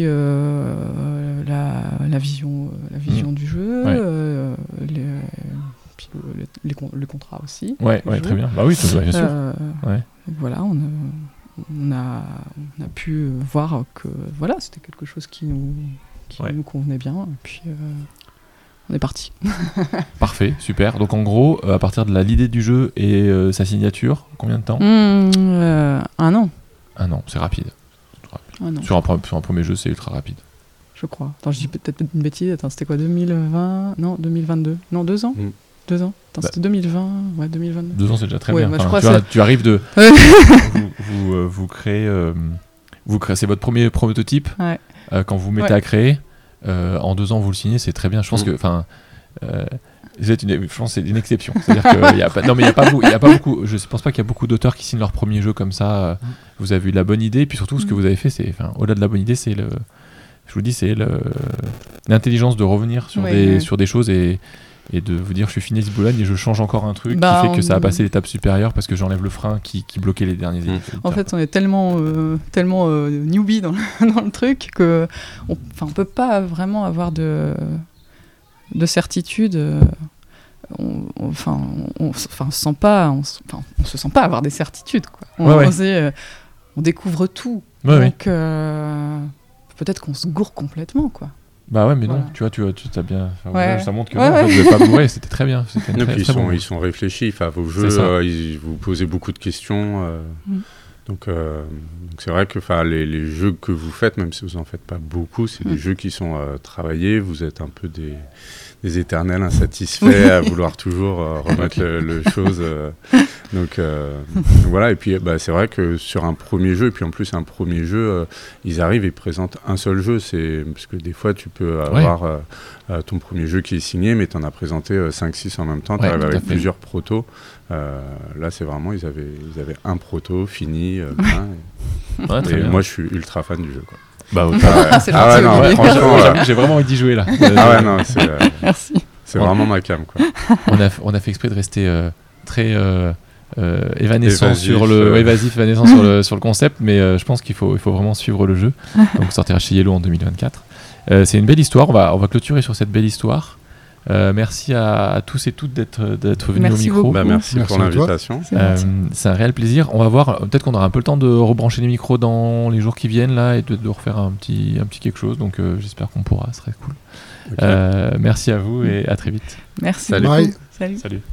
euh, la, la vision, euh, la vision mmh. du jeu, ouais. euh, les, puis le, les, les, le contrat aussi. Ouais, ouais très bien. Bah oui, ça, bien sûr. Euh, ouais. Voilà, on a, on, a, on a pu voir que voilà, c'était quelque chose qui nous, qui ouais. nous convenait bien. Et puis... Euh, on est parti. Parfait, super. Donc en gros, euh, à partir de la, l'idée du jeu et euh, sa signature, combien de temps ? mmh, euh, Un an. Un an, c'est rapide. Un an. Sur, un, sur un premier jeu, c'est ultra rapide. Je crois. Attends, je dis peut-être une bêtise. Attends, c'était quoi, deux mille vingt ? Non, deux mille vingt-deux. Non, deux ans ? mmh. Deux ans. Attends, bah, c'était deux mille vingt. Ouais, deux mille vingt-deux. Deux ans, c'est déjà très ouais, bien. Bah, enfin, tu, vois, tu arrives de... vous, vous, euh, vous créez... Euh, vous créez c'est votre premier prototype. Ouais. Euh, quand vous vous mettez ouais. à créer... Euh, en deux ans vous le signez, c'est très bien. Je pense mmh. que, enfin, euh, une, je pense que c'est une exception. C'est-à-dire que y a pas, non mais il y a pas, il y a pas beaucoup. Je pense pas qu'il y a beaucoup d'auteurs qui signent leur premier jeu comme ça. Mmh. Vous avez eu la bonne idée, et puis surtout ce que vous avez fait, c'est, enfin, au-delà de la bonne idée, c'est le, je vous dis, c'est le, l'intelligence de revenir sur ouais, des, ouais. sur des choses et et de vous dire je suis finesse Boulogne et je change encore un truc bah, qui fait que on... ça a passé l'étape supérieure parce que j'enlève le frein qui, qui bloquait les derniers Mmh. étapes. En fait, on est tellement, euh, tellement euh, newbie dans le, dans le truc que on, on peut pas vraiment avoir de, de certitude. Euh, on, on, enfin, on, enfin, on se sent pas, on, enfin, on se sent pas avoir des certitudes, quoi. On, ouais, ouais. on, sait, euh, on découvre tout. Ouais, donc, euh, peut-être qu'on se gourre complètement, quoi. Bah ouais, mais voilà. non, tu vois, tu, tu as bien. Enfin, ouais. là, ça montre que ouais, non, ouais. en fait, vous n'avez pas bourré, c'était très bien. C'était Non, très, puis très ils, sont, bon. ils sont réfléchis. Enfin, vos jeux, euh, ils vous posez beaucoup de questions. Euh, mm. donc, euh, donc, c'est vrai que les, les jeux que vous faites, même si vous n'en faites pas beaucoup, c'est mm. des jeux qui sont euh, travaillés. Vous êtes un peu des, des éternels insatisfaits à vouloir toujours euh, remettre le, le chose. Euh, donc, euh, donc voilà. Et puis, bah, c'est vrai que sur un premier jeu, et puis en plus, un premier jeu, euh, ils arrivent et présentent un seul jeu. C'est, parce que des fois, tu peux avoir. Ouais. Euh, Euh, ton premier jeu qui est signé, mais tu en as présenté euh, cinq six en même temps, tu arrives ouais, avec fait. plusieurs protos. Euh, là, c'est vraiment, ils avaient, ils avaient un proto fini. Euh, plein, et, ouais, et moi, je suis ultra fan du jeu, quoi. Bah, okay. ah, c'est ah ouais, non, ouais, franchement, euh, j'ai vraiment envie d'y jouer là. ah ouais, non, c'est, euh, Merci. C'est on, vraiment ma cam, quoi. On a, on a fait exprès de rester euh, très euh, euh, évanescent évasif, sur le, euh... évasif, évanescent sur le sur le concept, mais euh, je pense qu'il faut, il faut vraiment suivre le jeu. Donc, sortira chez Yellow en deux mille vingt-quatre. Euh, c'est une belle histoire, on va, on va clôturer sur cette belle histoire. Euh, merci à, à tous et toutes d'être, d'être venus merci au micro. Bah, merci, merci pour l'invitation. C'est, euh, c'est un réel plaisir. On va voir, peut-être qu'on aura un peu le temps de rebrancher les micros dans les jours qui viennent là, et de, de refaire un petit, un petit quelque chose. Donc euh, j'espère qu'on pourra, ce serait cool. Okay. Euh, merci à vous et à très vite. Merci. Salut. Salut. Salut.